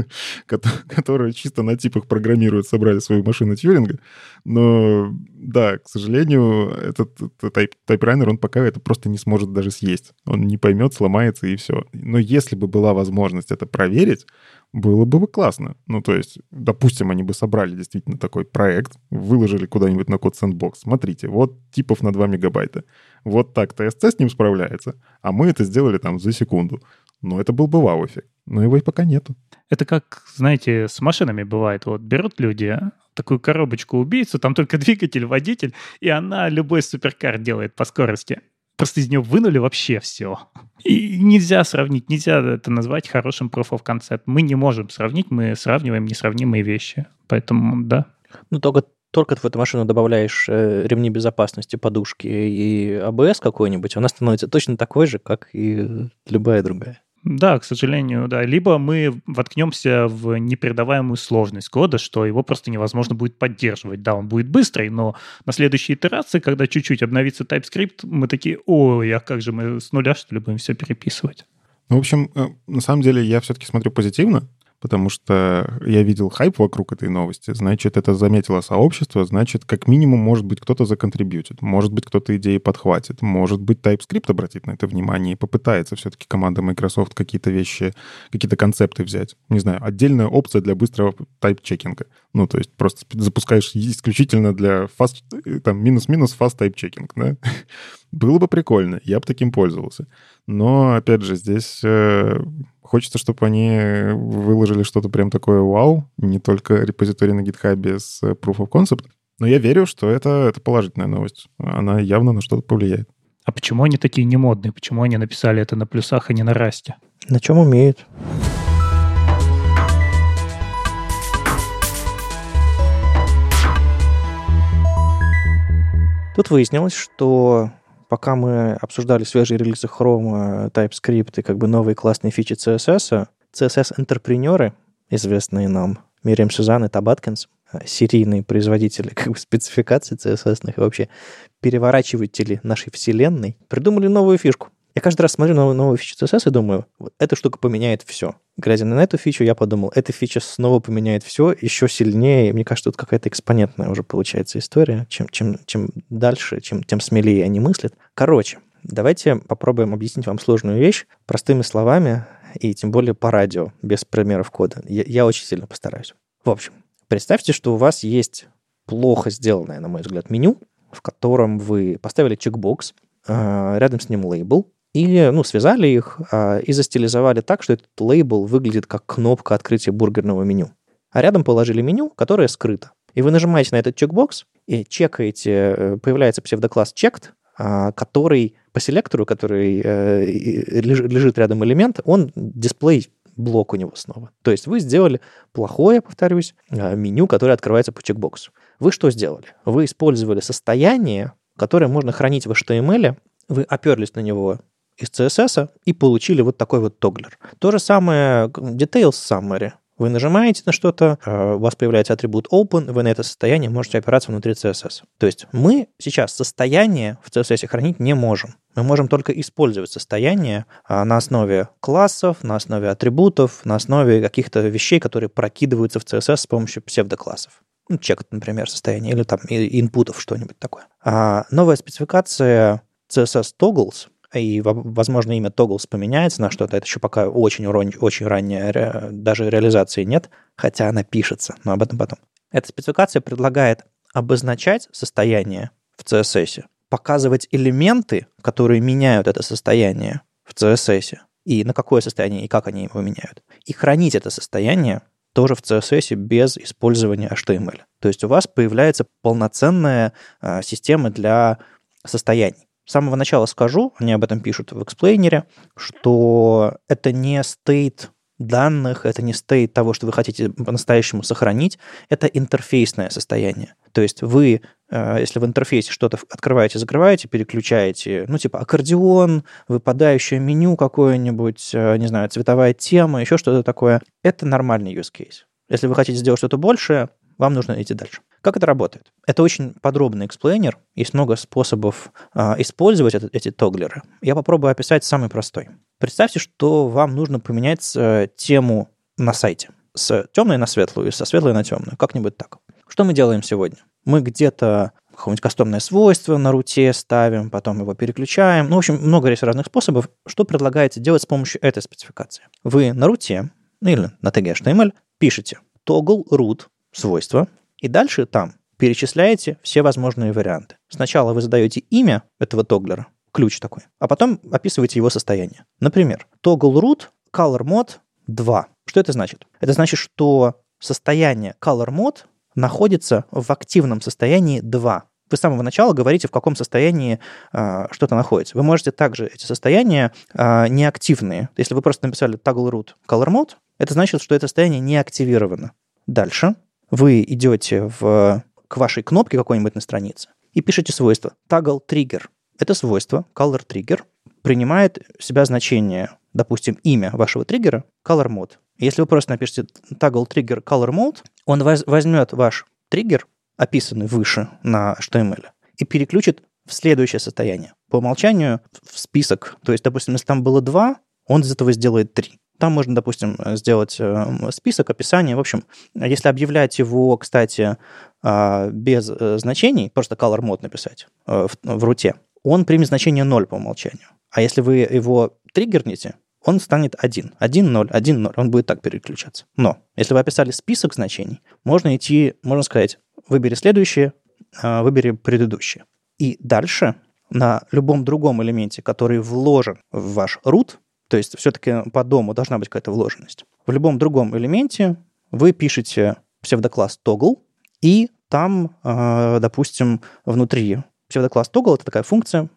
которые чисто на типах программируют, собрали свою машину Тьюринга. Но, да, к сожалению, этот тайп-райнер, он пока это просто не сможет даже съесть. Он не поймет, сломается и все. Но если бы была возможность это проверить, было бы классно. Ну, то есть, допустим, они бы собрали действительно такой проект, выложили куда-нибудь на код сэндбокс. Смотрите, вот типов на два мегабайта. Вот так ти эс си с ним справляется, а мы это сделали там за секунду. Но это был бы вау-эффект. Но его и пока нету. Это как, знаете, с машинами бывает. Вот берут люди такую коробочку-убийцу, там только двигатель, водитель, и она любой суперкар делает по скорости. Просто из нее вынули вообще все. И нельзя сравнить, нельзя это назвать хорошим proof of concept. Мы не можем сравнить, мы сравниваем несравнимые вещи. Поэтому, да. Ну, только, только ты в эту машину добавляешь э, ремни безопасности, подушки и эй би эс какой-нибудь, она становится точно такой же, как и любая другая. Да, к сожалению, да. Либо мы воткнемся в непередаваемую сложность кода, что его просто невозможно будет поддерживать. Да, он будет быстрый, но на следующей итерации, когда чуть-чуть обновится TypeScript, мы такие, ой, а как же мы с нуля, что ли, будем все переписывать? Ну, в общем, на самом деле я все-таки смотрю позитивно, потому что я видел хайп вокруг этой новости. Значит, это заметило сообщество, значит, как минимум, может быть, кто-то законтрибьютит, может быть, кто-то идеи подхватит, может быть, TypeScript обратит на это внимание и попытается все-таки команда Microsoft какие-то вещи, какие-то концепты взять. Не знаю, отдельная опция для быстрого тайп-чекинга. Ну, то есть просто запускаешь исключительно для fast, там, минус-минус fast type-checking, да? Было бы прикольно, я бы таким пользовался. Но, опять же, здесь э, хочется, чтобы они выложили что-то прям такое вау, не только репозиторий на GitHub с Proof of Concept. Но я верю, что это, это положительная новость. Она явно на что-то повлияет. А почему они такие немодные? Почему они написали это на плюсах, а не на расте? На чем умеют. Тут выяснилось, что пока мы обсуждали свежие релизы Chrome, TypeScript и как бы новые классные фичи си эс эс, си эс эс-энтерпренеры, известные нам, Мириам Сюзан и Таб Аткинс, серийные производители как бы спецификаций си эс эс-ных и вообще переворачиватели нашей вселенной, придумали новую фишку. Я каждый раз смотрю на новую фичу си эс эс и думаю, вот эта штука поменяет все. Глядя на эту фичу, я подумал, эта фича снова поменяет все еще сильнее. Мне кажется, тут какая-то экспонентная уже получается история. Чем, чем, чем дальше, чем, тем смелее они мыслят. Короче, давайте попробуем объяснить вам сложную вещь простыми словами и тем более по радио, без примеров кода. Я, я очень сильно постараюсь. В общем, представьте, что у вас есть плохо сделанное, на мой взгляд, меню, в котором вы поставили чекбокс, рядом с ним лейбл, и, ну, связали их а, и застилизовали так, что этот лейбл выглядит как кнопка открытия бургерного меню. А рядом положили меню, которое скрыто. И вы нажимаете на этот чекбокс и чекаете, появляется псевдокласс checked, а, который по селектору, который а, лежит рядом элемент, он дисплей блок у него снова. То есть вы сделали плохое, повторюсь, меню, которое открывается по чекбоксу. Вы что сделали? Вы использовали состояние, которое можно хранить в эйч ти эм эл, вы оперлись на него из си эс эс и получили вот такой вот тоглер. То же самое Details Summary. Вы нажимаете на что-то, у вас появляется атрибут Open, вы на это состояние можете опираться внутри си эс эс. То есть мы сейчас состояние в си эс эс хранить не можем. Мы можем только использовать состояние на основе классов, на основе атрибутов, на основе каких-то вещей, которые прокидываются в си эс эс с помощью псевдоклассов. Ну, чек, например, состояние, или там инпутов, что-нибудь такое. А новая спецификация си эс эс Toggles, и, возможно, имя Toggles поменяется на что-то, это еще пока очень, очень ранняя, даже реализации нет, хотя она пишется, но об этом потом. Эта спецификация предлагает обозначать состояние в си эс эс, показывать элементы, которые меняют это состояние в си эс эс, и на какое состояние, и как они его меняют, и хранить это состояние тоже в си эс эс без использования эйч ти эм эл. То есть у вас появляется полноценная а, система для состояний. С самого начала скажу, они об этом пишут в эксплейнере, что это не state данных, это не стейт того, что вы хотите по-настоящему сохранить, это интерфейсное состояние. То есть вы, если в интерфейсе что-то открываете, закрываете, переключаете, ну, типа аккордеон, выпадающее меню какое-нибудь, не знаю, цветовая тема, еще что-то такое, это нормальный use case. Если вы хотите сделать что-то большее, вам нужно идти дальше. Как это работает? Это очень подробный эксплейнер. Есть много способов а, использовать это, эти тоглеры. Я попробую описать самый простой. Представьте, что вам нужно поменять а, тему на сайте. С темной на светлую и со светлой на темную. Как-нибудь так. Что мы делаем сегодня? Мы где-то какое-нибудь кастомное свойство на руте ставим, потом его переключаем. Ну, в общем, много есть разных способов. Что предлагается делать с помощью этой спецификации? Вы на руте, или на теге эйч ти эм эль, пишете toggle root свойство, и дальше там перечисляете все возможные варианты. Сначала вы задаете имя этого тоглера, ключ такой, а потом описываете его состояние. Например, toggle root color mode два. Что это значит? Это значит, что состояние color mode находится в активном состоянии два. Вы с самого начала говорите, в каком состоянии э, что-то находится. Вы можете также эти состояния э, неактивные. Если вы просто написали toggle root color mode, это значит, что это состояние не активировано. Дальше вы идете в, к вашей кнопке какой-нибудь на странице и пишете свойство toggle trigger. Это свойство, color trigger, принимает в себя значение, допустим, имя вашего триггера, color mode. Если вы просто напишите toggle trigger color mode, он воз, возьмет ваш триггер, описанный выше на эйч ти эм эль, и переключит в следующее состояние. По умолчанию в список. То есть, допустим, если там было два, он из этого сделает три. Там можно, допустим, сделать список, описание. В общем, если объявлять его, кстати, без значений, просто color mode написать в, в руте, он примет значение ноль по умолчанию. А если вы его триггернете, он станет один. один, ноль, один, ноль. Он будет так переключаться. Но если вы описали список значений, можно идти, можно сказать, выбери следующее, выбери предыдущее. И дальше на любом другом элементе, который вложен в ваш root, то есть все-таки по дому должна быть какая-то вложенность. В любом другом элементе вы пишете псевдокласс toggle, и там, допустим, внутри псевдокласс toggle — это такая функция,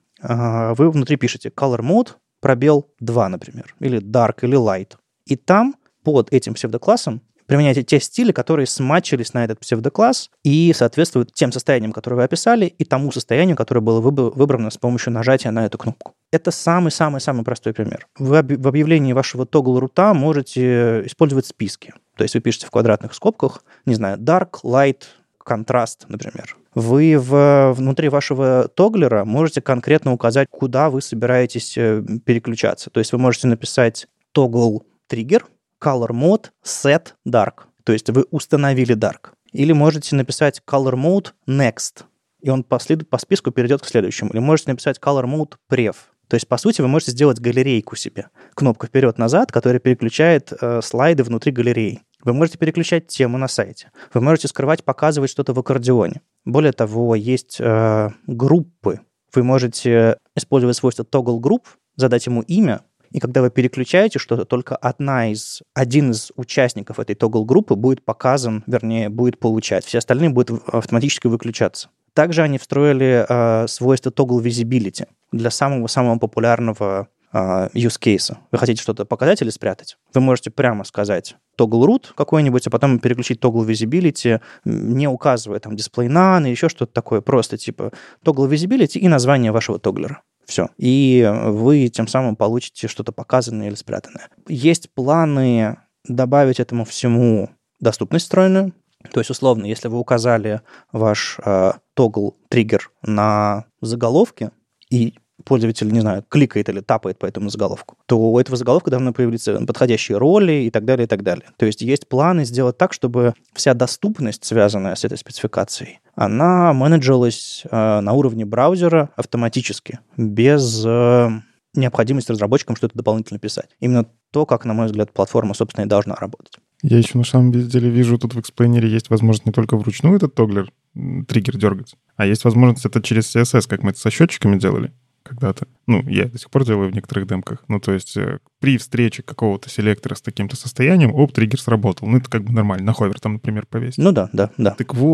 вы внутри пишете color mode, пробел два, например, или dark, или light. И там под этим псевдоклассом применяете те стили, которые сматчились на этот псевдокласс и соответствуют тем состояниям, которые вы описали, и тому состоянию, которое было выбрано с помощью нажатия на эту кнопку. Это самый-самый-самый простой пример. Вы в объявлении вашего toggle-рута можете использовать списки. То есть вы пишете в квадратных скобках, не знаю, dark, light, контраст, например. Вы в, внутри вашего тоглера можете конкретно указать, куда вы собираетесь переключаться. То есть вы можете написать toggle trigger, color mode set dark. То есть вы установили dark. Или можете написать color mode next, и он по, след... по списку перейдет к следующему. Или можете написать color mode prev. То есть, по сути, вы можете сделать галерейку себе. Кнопку вперед-назад, которая переключает э, слайды внутри галереи. Вы можете переключать тему на сайте. Вы можете скрывать, показывать что-то в аккордеоне. Более того, есть э, группы. Вы можете использовать свойство toggle group, задать ему имя, и когда вы переключаете что-то, только одна из, один из участников этой toggle-группы будет показан, вернее, будет получать. Все остальные будут автоматически выключаться. Также они встроили э, свойство toggle visibility для самого-самого популярного э, use case. Вы хотите что-то показать или спрятать? Вы можете прямо сказать toggle root какой-нибудь, а потом переключить toggle visibility, не указывая там display none и еще что-то такое, просто типа toggle visibility и название вашего тоглера. Все. И вы тем самым получите что-то показанное или спрятанное. Есть планы добавить этому всему доступность встроенную. То есть, условно, если вы указали ваш э, тогл-триггер на заголовке, и пользователь, не знаю, кликает или тапает по этому заголовку, то у этого заголовка должны появиться подходящие роли и так далее, и так далее. То есть есть планы сделать так, чтобы вся доступность, связанная с этой спецификацией, она менеджерилась э, на уровне браузера автоматически, без э, необходимости разработчикам что-то дополнительно писать. Именно то, как, на мой взгляд, платформа, собственно, и должна работать. Я еще на самом деле вижу, тут в эксплейнере есть возможность не только вручную этот тоглер, триггер дергать, а есть возможность это через си эс эс, как мы это со счетчиками делали когда-то. Ну, я до сих пор делаю в некоторых демках. Ну, то есть при встрече какого-то селектора с таким-то состоянием, оп, триггер сработал. Ну, это как бы нормально. На ховер там, например, повесить. Ну да, да, да. Так вот,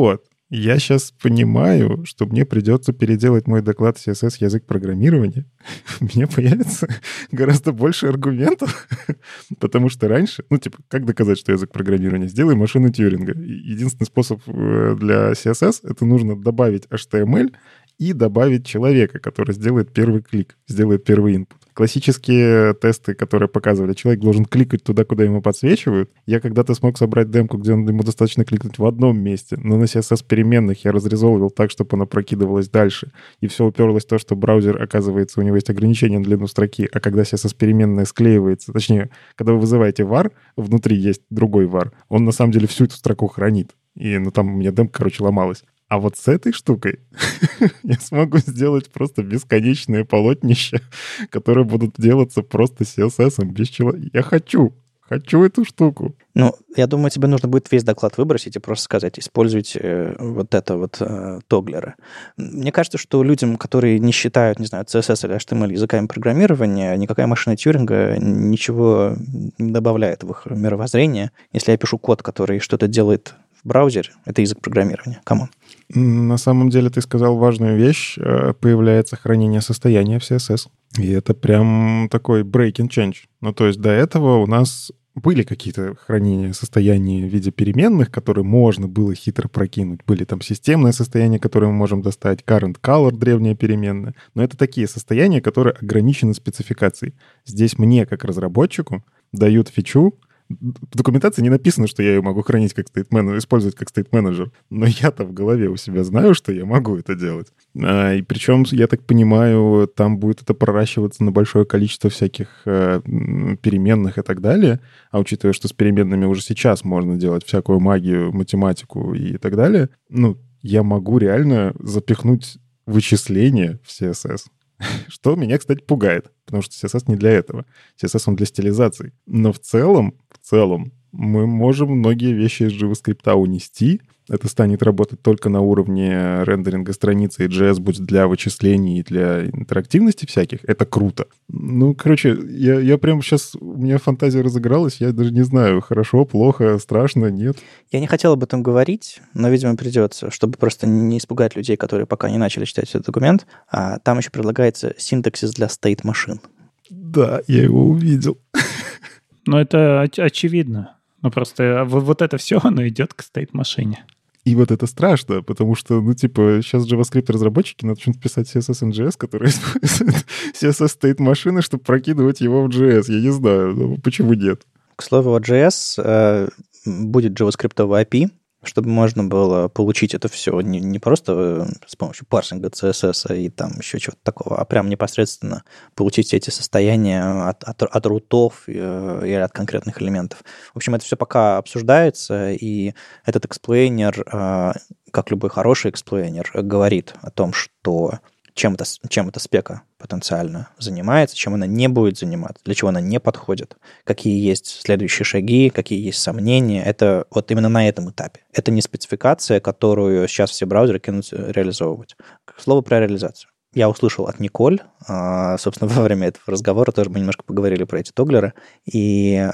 Я сейчас понимаю, что мне придется переделать мой доклад си эс эс язык программирования. У меня появится гораздо больше аргументов, потому что раньше, ну, типа, как доказать, что язык программирования? Сделай машину Тьюринга. Единственный способ для си эс эс — это нужно добавить эйч ти эм эль и добавить человека, который сделает первый клик, сделает первый инпут. Классические тесты, которые показывали, человек должен кликать туда, куда ему подсвечивают. Я когда-то смог собрать демку, где ему достаточно кликнуть в одном месте, но на си эс эс-переменных я разрезолвил так, чтобы она прокидывалась дальше. И все уперлось в то, что браузер, оказывается, у него есть ограничение на длину строки, а когда си эс эс-переменная склеивается, точнее, когда вы вызываете var, внутри есть другой var, он на самом деле всю эту строку хранит. И ну там у меня демка, короче, ломалась. А вот с этой штукой я смогу сделать просто бесконечные полотнища, которые будут делаться просто си эс эс без человека. Я хочу, хочу эту штуку. Ну, я думаю, тебе нужно будет весь доклад выбросить и просто сказать, используйте э, вот это вот э, тоглеры. Мне кажется, что людям, которые не считают, не знаю, си эс эс или эйч ти эм эль языками программирования, никакая машина Тьюринга ничего не добавляет в их мировоззрение. Если я пишу код, который что-то делает в браузере, это язык программирования. Камон. На самом деле ты сказал важную вещь. Появляется хранение состояния в си эс эс. И это прям такой breaking change. Ну, то есть до этого у нас были какие-то хранения состояний в виде переменных, которые можно было хитро прокинуть. Были там системные состояния, которые мы можем достать, current color, древняя переменная. Но это такие состояния, которые ограничены спецификацией. Здесь мне, как разработчику, дают фичу. В документации не написано, что я ее могу хранить как стейт-менеджер, использовать как стейт-менеджер. Но я-то в голове у себя знаю, что я могу это делать. А, и причем, я так понимаю, там будет это проращиваться на большое количество всяких э, переменных и так далее. А учитывая, что с переменными уже сейчас можно делать всякую магию, математику и так далее, ну, я могу реально запихнуть вычисления в си эс эс. Что меня, кстати, пугает, потому что си эс эс не для этого. си эс эс он для стилизации. Но в целом, в целом, мы можем многие вещи из JavaScript унести. Это станет работать только на уровне рендеринга страницы, и джей эс будет для вычислений и для интерактивности всяких. Это круто. Ну, короче, я, я прям сейчас... У меня фантазия разыгралась, я даже не знаю, хорошо, плохо, страшно, нет. Я не хотел об этом говорить, но, видимо, придется, чтобы просто не испугать людей, которые пока не начали читать этот документ. А там еще предлагается синтаксис для state-машин. Да, я его увидел. Ну, это оч- очевидно. Ну, просто вот, вот это все, оно идет к state-машине. И вот это страшно, потому что, ну, типа, сейчас JavaScript-разработчики начнут писать си эс эс эн джей эс, который использует си эс эс-стейт-машины, чтобы прокидывать его в джей эс. Я не знаю, ну, почему нет. К слову, о джей эс э, будет JavaScript-овый эй пи ай, чтобы можно было получить это все не, не просто с помощью парсинга си эс эс и там еще чего-то такого, а прям непосредственно получить эти состояния от, от, от рутов и, и от конкретных элементов. В общем, это все пока обсуждается, и этот эксплейнер, как любой хороший эксплейнер, говорит о том, что чем эта, чем эта спека потенциально занимается, чем она не будет заниматься, для чего она не подходит, какие есть следующие шаги, какие есть сомнения. Это вот именно на этом этапе. Это не спецификация, которую сейчас все браузеры кинутся реализовывать. К слову про реализацию. Я услышал от Николь, собственно, во время этого разговора тоже мы немножко поговорили про эти тоглеры, и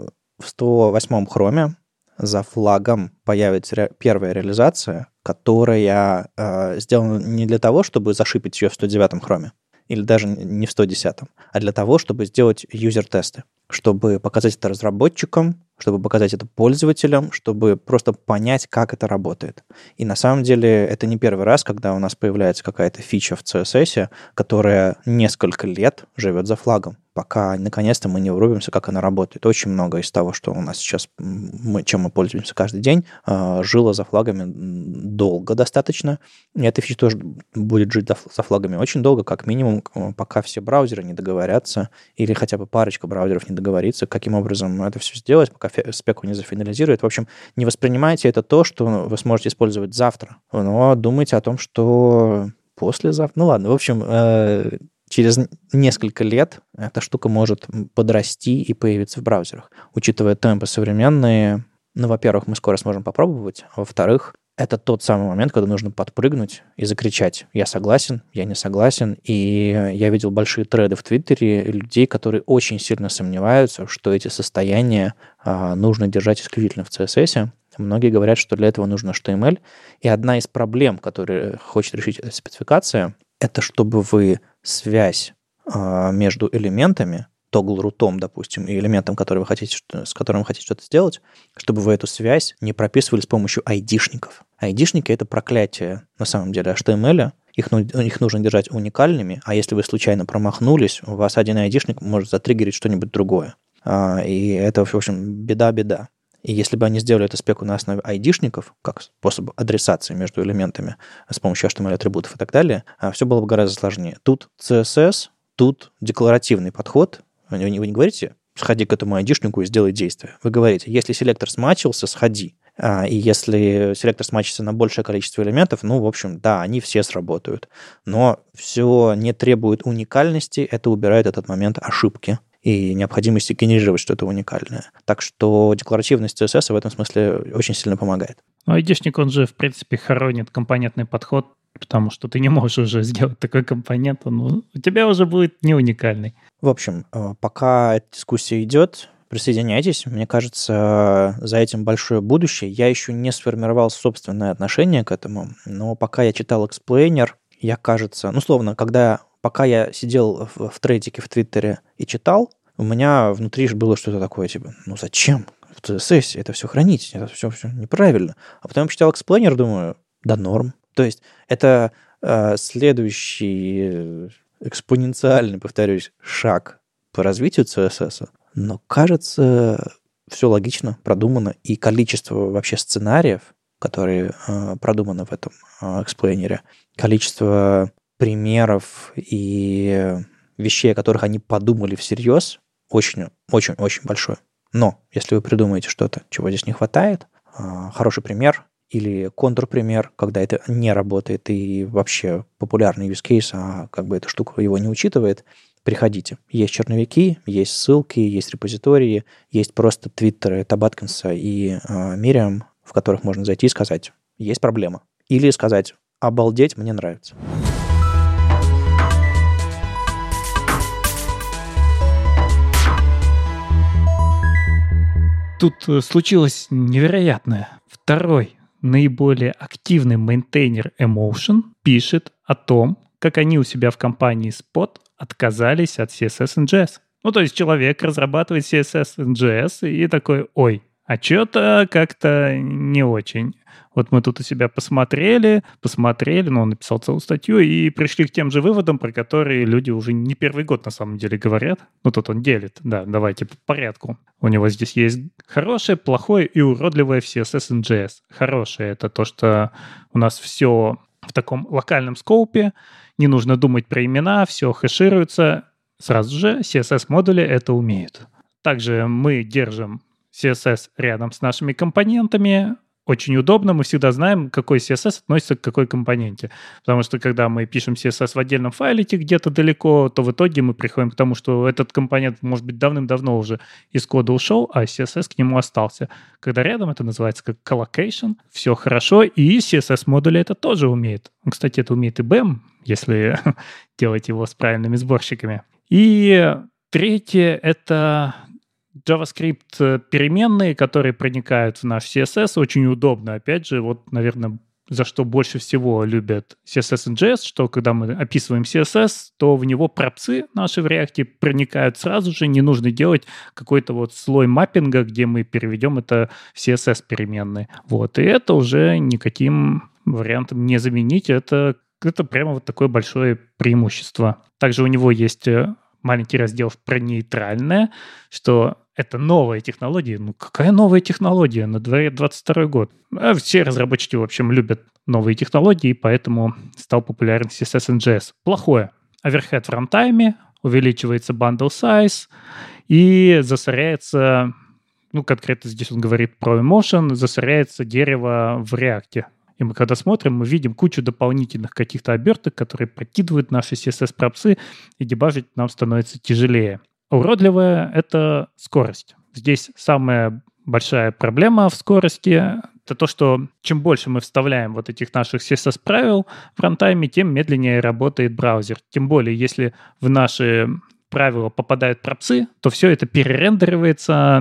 в сто восьмом хроме за флагом появится ре- первая реализация, которая э, сделана не для того, чтобы зашипить ее в сто девятом хроме, или даже не в сто десятом, а для того, чтобы сделать юзер-тесты, чтобы показать это разработчикам, чтобы показать это пользователям, чтобы просто понять, как это работает. И на самом деле это не первый раз, когда у нас появляется какая-то фича в си эс эс, которая несколько лет живет за флагом, пока наконец-то мы не врубимся, как она работает. Очень много из того, что у нас сейчас, мы, чем мы пользуемся каждый день, жило за флагами долго достаточно. И эта фича тоже будет жить за флагами очень долго, как минимум, пока все браузеры не договорятся, или хотя бы парочка браузеров не договорится, каким образом это все сделать, пока спеку не зафинализирует. В общем, не воспринимайте это то, что вы сможете использовать завтра, но думайте о том, что послезавтра. Ну ладно, в общем, через несколько лет эта штука может подрасти и появиться в браузерах. Учитывая темпы современные, ну, во-первых, мы скоро сможем попробовать, а во-вторых, это тот самый момент, когда нужно подпрыгнуть и закричать: «Я согласен, я не согласен». И я видел большие треды в Твиттере людей, которые очень сильно сомневаются, что эти состояния а, нужно держать исключительно в си эс эс. Многие говорят, что для этого нужно эйч ти эм эль. И одна из проблем, которую хочет решить эта спецификация, это чтобы вы связь э, между элементами, тогл-рутом, допустим, и элементом, который вы хотите, с которым вы хотите что-то сделать, чтобы вы эту связь не прописывали с помощью айдишников. Айдишники — это проклятие, на самом деле, эйч ти эм эль. Их, ну, их нужно держать уникальными, а если вы случайно промахнулись, у вас один айдишник может затриггерить что-нибудь другое. А, и это, в общем, беда-беда. И если бы они сделали эту спеку на основе айдишников, как способ адресации между элементами с помощью эйч ти эм эль-атрибутов и так далее, все было бы гораздо сложнее. Тут си эс эс, тут декларативный подход. Вы не, вы не говорите, сходи к этому айдишнику и сделай действие. Вы говорите, если селектор сматчился, сходи. А, и если селектор сматчится на большее количество элементов, ну, в общем, да, они все сработают. Но все не требует уникальности, это убирает этот момент ошибки и необходимости генерировать что-то уникальное. Так что декларативность си эс эс в этом смысле очень сильно помогает. Ну, айдишник, он же, в принципе, хоронит компонентный подход, потому что ты не можешь уже сделать такой компонент, он у тебя уже будет не уникальный. В общем, пока эта дискуссия идет, присоединяйтесь. Мне кажется, за этим большое будущее. Я еще не сформировал собственное отношение к этому, но пока я читал эксплейнер, я, кажется, ну, словно, когда, пока я сидел в, в трейдике в Твиттере и читал, у меня внутри было что-то такое, типа, ну зачем в си эс эс это все хранить? Это все, все неправильно. А потом я почитал эксплейнер, думаю, да норм. То есть это э, следующий экспоненциальный, повторюсь, шаг по развитию си эс эс, но, кажется, все логично, продумано, и количество вообще сценариев, которые э, продуманы в этом э, эксплейнере, количество примеров и вещей, о которых они подумали всерьез, очень-очень-очень большое. Но если вы придумаете что-то, чего здесь не хватает, э, хороший пример или контрпример, когда это не работает и вообще популярный use case, а как бы эта штука его не учитывает, приходите. Есть черновики, есть ссылки, есть репозитории, есть просто твиттеры Табаткинса и э, Мириам, в которых можно зайти и сказать, есть проблема. Или сказать, обалдеть, мне нравится. Тут случилось невероятное. Второй наиболее активный мейнтейнер Emotion пишет о том, как они у себя в компании Spot отказались от си эс эс and джей эс. Ну, то есть человек разрабатывает си эс эс and джей эс и такой, ой, а что-то как-то не очень. Вот мы тут у себя посмотрели, посмотрели, ну, он написал целую статью, и пришли к тем же выводам, про которые люди уже не первый год на самом деле говорят. Ну, тут он делит, да, давайте по порядку. У него здесь есть хорошее, плохое и уродливое в си эс эс and джей эс. Хорошее — это то, что у нас все в таком локальном скоупе, не нужно думать про имена, все хэшируется. Сразу же си эс эс-модули это умеют. Также мы держим си эс эс рядом с нашими компонентами. Очень удобно, мы всегда знаем, какой си эс эс относится к какой компоненте. Потому что когда мы пишем си эс эс в отдельном файлике где-то далеко, то в итоге мы приходим к тому, что этот компонент, может быть, давным-давно уже из кода ушел, а си эс эс к нему остался. Когда рядом, это называется как collocation, все хорошо, и си эс эс-модули это тоже умеет. Кстати, это умеет и би и эм, если делать его с правильными сборщиками. И третье — это JavaScript переменные, которые проникают в наш си эс эс. Очень удобно. Опять же, вот, наверное, за что больше всего любят си эс эс and джей эс, что когда мы описываем си эс эс, то в него пропсы наши в React проникают сразу же. Не нужно делать какой-то вот слой маппинга, где мы переведем это в си эс эс-переменные. Вот. И это уже никаким вариантом не заменить. Это, это прямо вот такое большое преимущество. Также у него есть маленький раздел про нейтральное, что это новая технология. Ну, какая новая технология? На дворе двадцать второй год. А все разработчики, в общем, любят новые технологии, поэтому стал популярен си эс эс and джей эс. Плохое. Оверхед в рантайме, увеличивается bundle size и засоряется, ну, конкретно здесь он говорит про Emotion, засоряется дерево в React. И мы когда смотрим, мы видим кучу дополнительных каких-то оберток, которые прокидывают наши си эс эс-пропсы, и дебажить нам становится тяжелее. Уродливая — это скорость. Здесь самая большая проблема в скорости — это то, что чем больше мы вставляем вот этих наших си эс эс-правил в рантайме, тем медленнее работает браузер. Тем более, если в наши правила попадают пропсы, то все это перерендеривается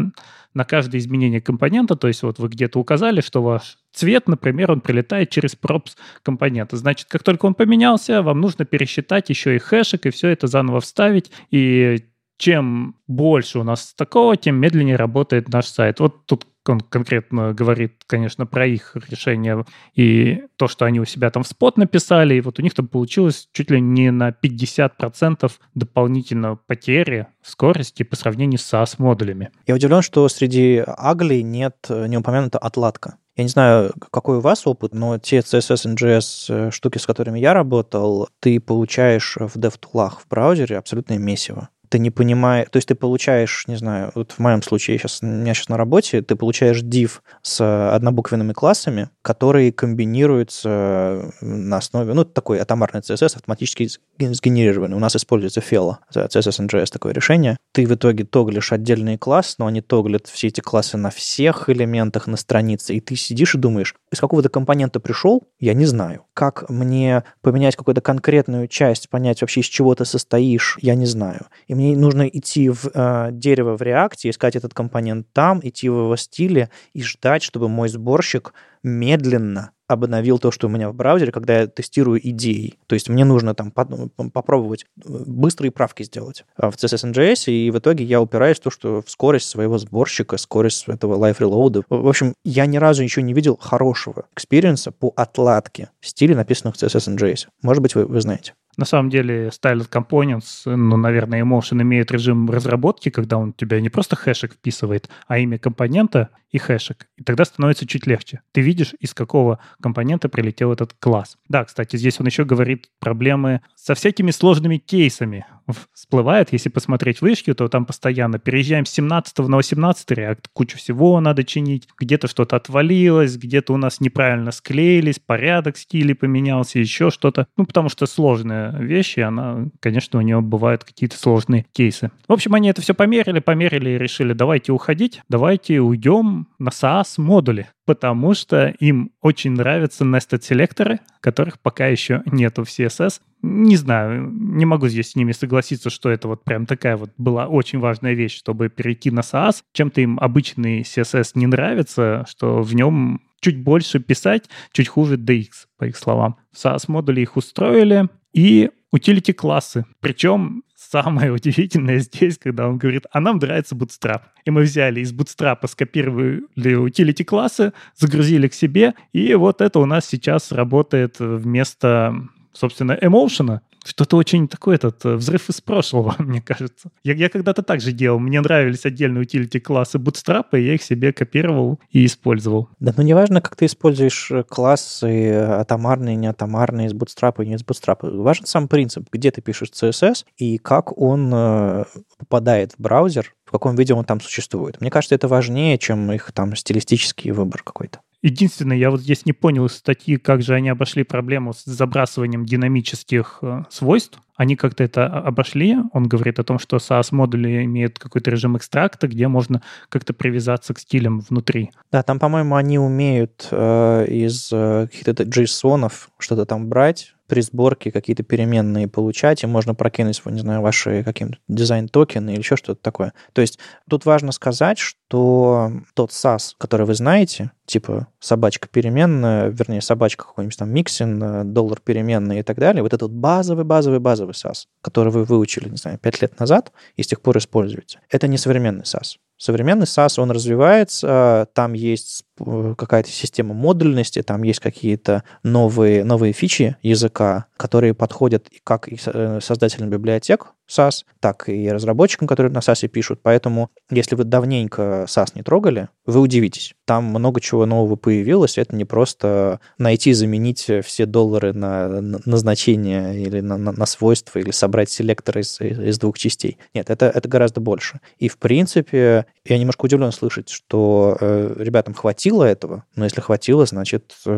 на каждое изменение компонента, то есть вот вы где-то указали, что ваш цвет, например, он прилетает через пропс компонента. Значит, как только он поменялся, вам нужно пересчитать еще и хэшек, и все это заново вставить, и чем больше у нас такого, тем медленнее работает наш сайт. Вот тут он конкретно говорит, конечно, про их решение и то, что они у себя там в спот написали, и вот у них там получилось чуть ли не на пятьдесят процентов дополнительно потери скорости по сравнению с SaaS-модулями. Я удивлен, что среди Ugly нет, не упомянута отладка. Я не знаю, какой у вас опыт, но те си эс эс и джей эс штуки, с которыми я работал, ты получаешь в DevTool'ах в браузере абсолютное месиво. Ты не понимаешь, то есть ты получаешь, не знаю, вот в моем случае, я сейчас, у меня сейчас на работе, ты получаешь div с однобуквенными классами, которые комбинируются на основе, ну, такой атомарный си эс эс, автоматически сгенерированный. У нас используется Fellow, си эс эс и джей эс такое решение. Ты в итоге тоглишь отдельные классы, но они тоглят все эти классы на всех элементах на странице, и ты сидишь и думаешь, из какого-то компонента пришел, я не знаю. Как мне поменять какую-то конкретную часть, понять вообще, из чего ты состоишь, я не знаю. И мне нужно идти в э, дерево в React, искать этот компонент там, идти в его стиле и ждать, чтобы мой сборщик медленно обновил то, что у меня в браузере, когда я тестирую идеи. То есть мне нужно там попробовать быстрые правки сделать в си эс эс и джей эс, и в итоге я упираюсь в то, что в скорость своего сборщика, скорость этого live reload. В общем, я ни разу еще не видел хорошего экспириенса по отладке стилей, написанных в си эс эс и джей эс. Может быть, вы, вы знаете. На самом деле, Styled Components, ну, наверное, Emotion имеет режим разработки, когда он у тебя не просто хэшек вписывает, а имя компонента и хэшек. И тогда становится чуть легче. Ты видишь, из какого компонента прилетел этот класс. Да, кстати, здесь он еще говорит проблемы со всякими сложными кейсами. Всплывает, если посмотреть вышки, то там постоянно переезжаем с семнадцатого на восемнадцатый React, кучу всего надо чинить, где-то что-то отвалилось, где-то у нас неправильно склеились, порядок стилей поменялся, еще что-то. Ну, потому что сложная вещь, и она, конечно, у нее бывают какие-то сложные кейсы. В общем, они это все померили, померили и решили, давайте уходить, давайте уйдем на SaaS-модули, потому что им очень нравятся nested-селекторы, которых пока еще нету в си эс эс. Не знаю, не могу здесь с ними согласиться, что это вот прям такая вот была очень важная вещь, чтобы перейти на SaaS. Чем-то им обычный си эс эс не нравится, что в нем чуть больше писать, чуть хуже ди экс, по их словам. В SaaS-модули их устроили, и утилити-классы. Причем самое удивительное здесь, когда он говорит, а нам нравится Bootstrap. И мы взяли из Bootstrap, скопировали утилити-классы, загрузили к себе, и вот это у нас сейчас работает вместо, собственно, Emotion. Что-то очень такой этот взрыв из прошлого, мне кажется. Я, я когда-то так же делал. Мне нравились отдельные утилити-классы Bootstrap, и я их себе копировал и использовал. Да, ну неважно, как ты используешь классы атомарные, не атомарные, из Bootstrap и не из Bootstrap. Важен сам принцип, где ты пишешь си эс эс и как он попадает в браузер, в каком виде он там существует. Мне кажется, это важнее, чем их там стилистический выбор какой-то. Единственное, я вот здесь не понял из статьи, как же они обошли проблему с забрасыванием динамических э, свойств. Они как-то это обошли. Он говорит о том, что SaaS-модули имеют какой-то режим экстракта, где можно как-то привязаться к стилям внутри. Да, там, по-моему, они умеют э, из э, каких-то джейсонов что-то там брать, при сборке какие-то переменные получать, и можно прокинуть, не знаю, ваши какие-то дизайн-токены или еще что-то такое. То есть тут важно сказать, что тот SaaS, который вы знаете, типа собачка переменная, вернее, собачка какой-нибудь там миксин, доллар переменный и так далее, вот этот базовый-базовый-базовый SaaS, который вы выучили, не знаю, пять лет назад и с тех пор используете, это не современный SaaS. Современный SaaS, он развивается, там есть какая-то система модульности, там есть какие-то новые, новые фичи языка, которые подходят как и создателям библиотек SaaS, так и разработчикам, которые на SaaS пишут. Поэтому, если вы давненько SaaS не трогали, вы удивитесь. Там много чего нового появилось. Это не просто найти, заменить все доллары на назначение или на, на, на свойства, или собрать селектор из, из двух частей. Нет, это, это гораздо больше. И, в принципе, я немножко удивлен слышать, что э, ребятам хватило этого, но если хватило, значит, э,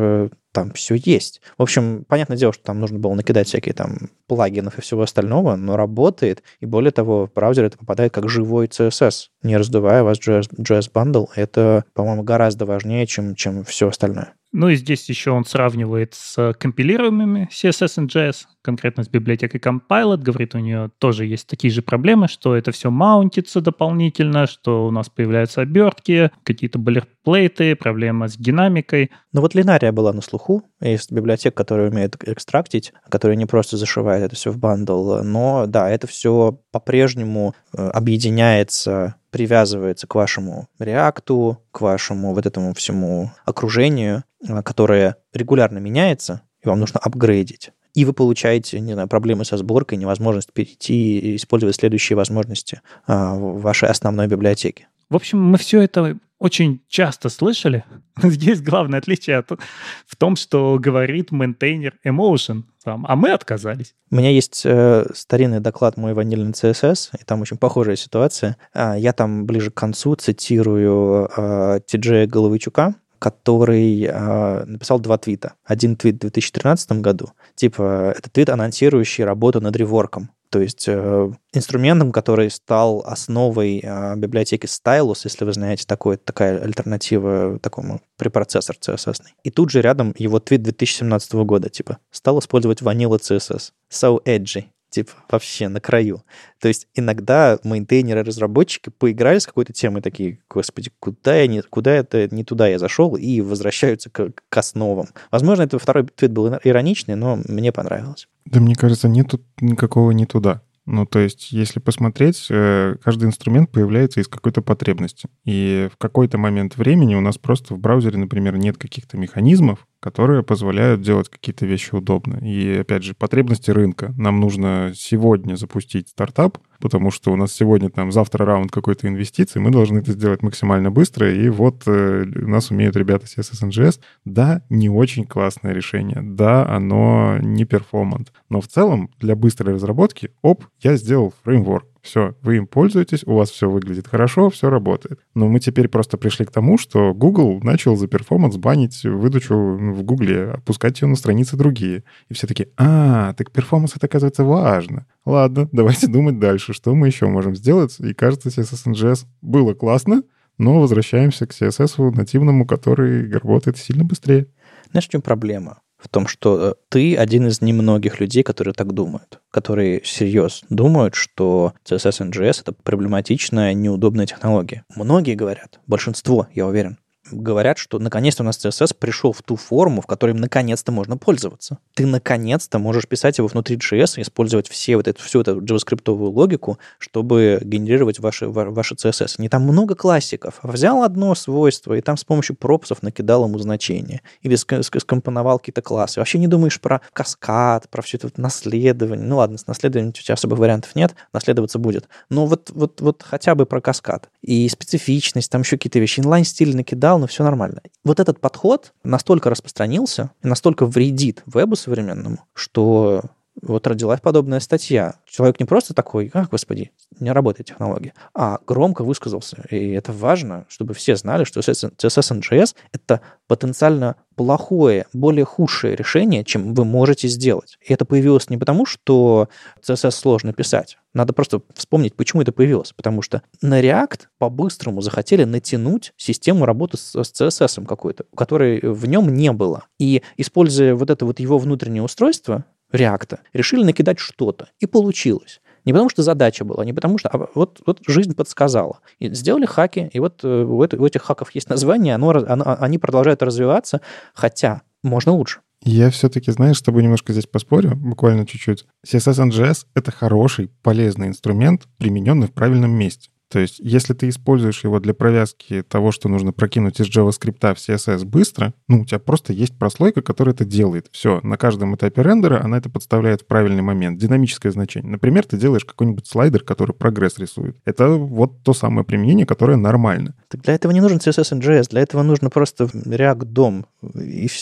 там все есть. В общем, понятное дело, что там нужно было накидать всякие там плагинов и всего остального, но работает. И более того, в браузер это попадает как живой си эс эс, не раздувая ваш джей эс Bundle. Это, по-моему, гораздо важнее, чем, чем все остальное. Ну и здесь еще он сравнивает с компилируемыми си эс эс и джей эс, конкретно с библиотекой Compilot. Говорит, у нее тоже есть такие же проблемы, что это все маунтится дополнительно, что у нас появляются обертки, какие-то бойлерплейты, проблема с динамикой. Ну вот Линария была на слуху. Есть библиотека, которая умеет экстрактить, которая не просто зашивает это все в бандл, но да, это все по-прежнему объединяется, привязывается к вашему React, к вашему вот этому всему окружению, которое регулярно меняется, и вам нужно апгрейдить. И вы получаете, не знаю, проблемы со сборкой, невозможность перейти и использовать следующие возможности в вашей основной библиотеке. В общем, мы все это очень часто слышали. Здесь главное отличие от, в том, что говорит мейнтейнер Emotion, там, а мы отказались. У меня есть э, старинный доклад «Мой ванильный си эс эс», и там очень похожая ситуация. А, я там ближе к концу цитирую э, Ти Джея Головайчука, который э, написал два твита. Один твит в две тысячи тринадцатом году. Типа, это твит, анонсирующий работу над реворком. То есть э, инструментом, который стал основой э, библиотеки Stylus, если вы знаете, такое, такая альтернатива такому препроцессор си эс эс. И тут же рядом его твит две тысячи семнадцатого года, типа, стал использовать Vanilla си эс эс. So edgy. Типа, вообще на краю. То есть иногда мейнтейнеры, разработчики поиграли с какой-то темой, такие, господи, куда я не, куда это не туда я зашел, и возвращаются к, к основам. Возможно, это второй твит был ироничный, но мне понравилось. Да, мне кажется, нету никакого не туда. Ну, то есть, если посмотреть, каждый инструмент появляется из какой-то потребности. И в какой-то момент времени у нас просто в браузере, например, нет каких-то механизмов, которые позволяют делать какие-то вещи удобно. И, опять же, потребности рынка. Нам нужно сегодня запустить стартап, потому что у нас сегодня, там, завтра раунд какой-то инвестиций, мы должны это сделать максимально быстро, и вот э, у нас умеют ребята си эс эс и джей эс. Да, не очень классное решение, да, оно не перформант, но в целом для быстрой разработки, оп, я сделал фреймворк. Все, вы им пользуетесь, у вас все выглядит хорошо, все работает. Но мы теперь просто пришли к тому, что Google начал за перформанс банить выдачу в Гугле, опускать ее на страницы другие. И все такие, а, так перформанс это, оказывается, важно. Ладно, давайте думать дальше, что мы еще можем сделать. И кажется, си эс эс и джей эс было классно, но возвращаемся к си эс эс нативному, который работает сильно быстрее. Знаешь, в чем проблема? В том, что ты один из немногих людей, которые так думают, которые всерьез думают, что си эс эс и джей эс — это проблематичная, неудобная технология. Многие говорят, большинство, я уверен, говорят, что наконец-то у нас си эс эс пришел в ту форму, в которой наконец-то можно пользоваться. Ты наконец-то можешь писать его внутри джей эс и использовать все вот эту, всю эту джаваскриптовую логику, чтобы генерировать ваши, ваши си эс эс. Не там много классиков. Взял одно свойство и там с помощью пропсов накидал ему значение. Или скомпоновал какие-то классы. Вообще не думаешь про каскад, про все это вот наследование. Ну ладно, с наследованием у тебя особых вариантов нет, наследоваться будет. Но вот, вот, вот хотя бы про каскад. И специфичность, там еще какие-то вещи. Инлайн-стиль накидал, но все нормально. Вот этот подход настолько распространился и настолько вредит вебу современному, что вот родилась подобная статья. Человек не просто такой, ах, господи, не работает технология, а громко высказался. И это важно, чтобы все знали, что си эс эс и джей эс — это потенциально плохое, более худшее решение, чем вы можете сделать. И это появилось не потому, что си эс эс сложно писать. Надо просто вспомнить, почему это появилось. Потому что на React по-быстрому захотели натянуть систему работы с, с си эс эс какой-то, которой в нем не было. И, используя вот это вот его внутреннее устройство, React, решили накидать что-то. И получилось. Не потому что задача была, не потому что... А вот, вот жизнь подсказала. И сделали хаки, и вот у, это, у этих хаков есть название, оно, оно, они продолжают развиваться, хотя можно лучше. Я все-таки, знаешь, с тобой немножко здесь поспорю, буквально чуть-чуть. си эс эс и джей эс — это хороший, полезный инструмент, примененный в правильном месте. То есть, если ты используешь его для провязки того, что нужно прокинуть из JavaScript в си эс эс быстро, ну, у тебя просто есть прослойка, которая это делает. Все, на каждом этапе рендера она это подставляет в правильный момент. Динамическое значение. Например, ты делаешь какой-нибудь слайдер, который прогресс рисует. Это вот то самое применение, которое нормально. Так для этого не нужен си эс эс и джей эс, для этого нужно просто React дом, и все.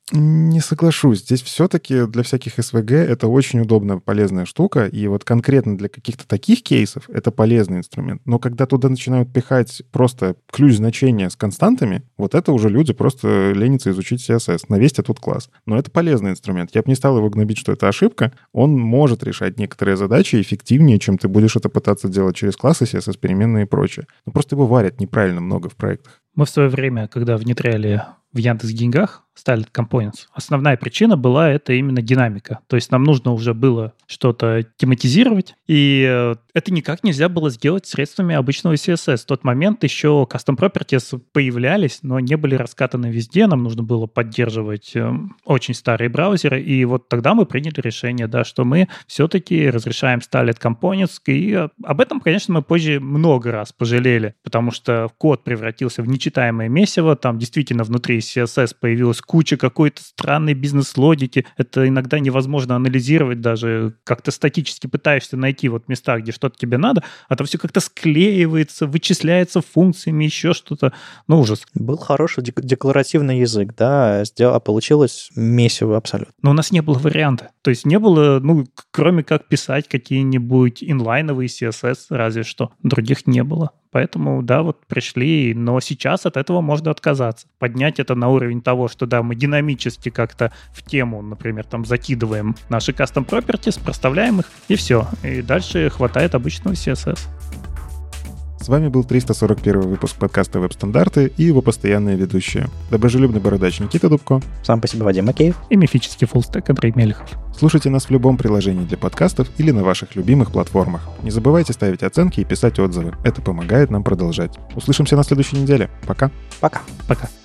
Не соглашусь. Здесь все-таки для всяких эс ви джи это очень удобная, полезная штука. И вот конкретно для каких-то таких кейсов это полезный инструмент. Но когда туда начинают пихать просто ключ значения с константами, вот это уже люди просто ленятся изучить си эс эс. Навесьте тут класс. Но это полезный инструмент. Я бы не стал его гнобить, что это ошибка. Он может решать некоторые задачи эффективнее, чем ты будешь это пытаться делать через классы, си эс эс, переменные и прочее. Но просто его варят неправильно много в проектах. Мы в свое время, когда внедряли в Яндекс.Деньгах Styled Components, основная причина была это именно динамика. То есть нам нужно уже было что-то тематизировать, и это никак нельзя было сделать средствами обычного си эс эс. В тот момент еще Custom Properties появлялись, но не были раскатаны везде. Нам нужно было поддерживать очень старые браузеры, и вот тогда мы приняли решение, да, что мы все-таки разрешаем Styled Components, и об этом, конечно, мы позже много раз пожалели, потому что код превратился в нечитаемое месиво, там действительно внутри си эс эс появилась куча какой-то странной бизнес-логики. Это иногда невозможно анализировать даже. Как-то статически пытаешься найти вот места, где что-то тебе надо, а там все как-то склеивается, вычисляется функциями, еще что-то. Ну, ужас. Был хороший дек- декларативный язык, да, а получилось месиво абсолютно. Но у нас не было варианта. То есть не было, ну, кроме как писать какие-нибудь инлайновые си эс эс, разве что. Других не было. Поэтому, да, вот пришли, но сейчас от этого можно отказаться. Поднять это на уровень того, что, да, мы динамически как-то в тему, например, там закидываем наши custom properties, проставляем их, и все. И дальше хватает обычного си эс эс. С вами был триста сорок первый выпуск подкаста «Веб-стандарты» и его постоянные ведущие. Доброжелюбный бородач Никита Дубко. Сам по себе Вадим Макеев. И мифический фуллстек Андрей Мелехов. Слушайте нас в любом приложении для подкастов или на ваших любимых платформах. Не забывайте ставить оценки и писать отзывы. Это помогает нам продолжать. Услышимся на следующей неделе. Пока. Пока. Пока.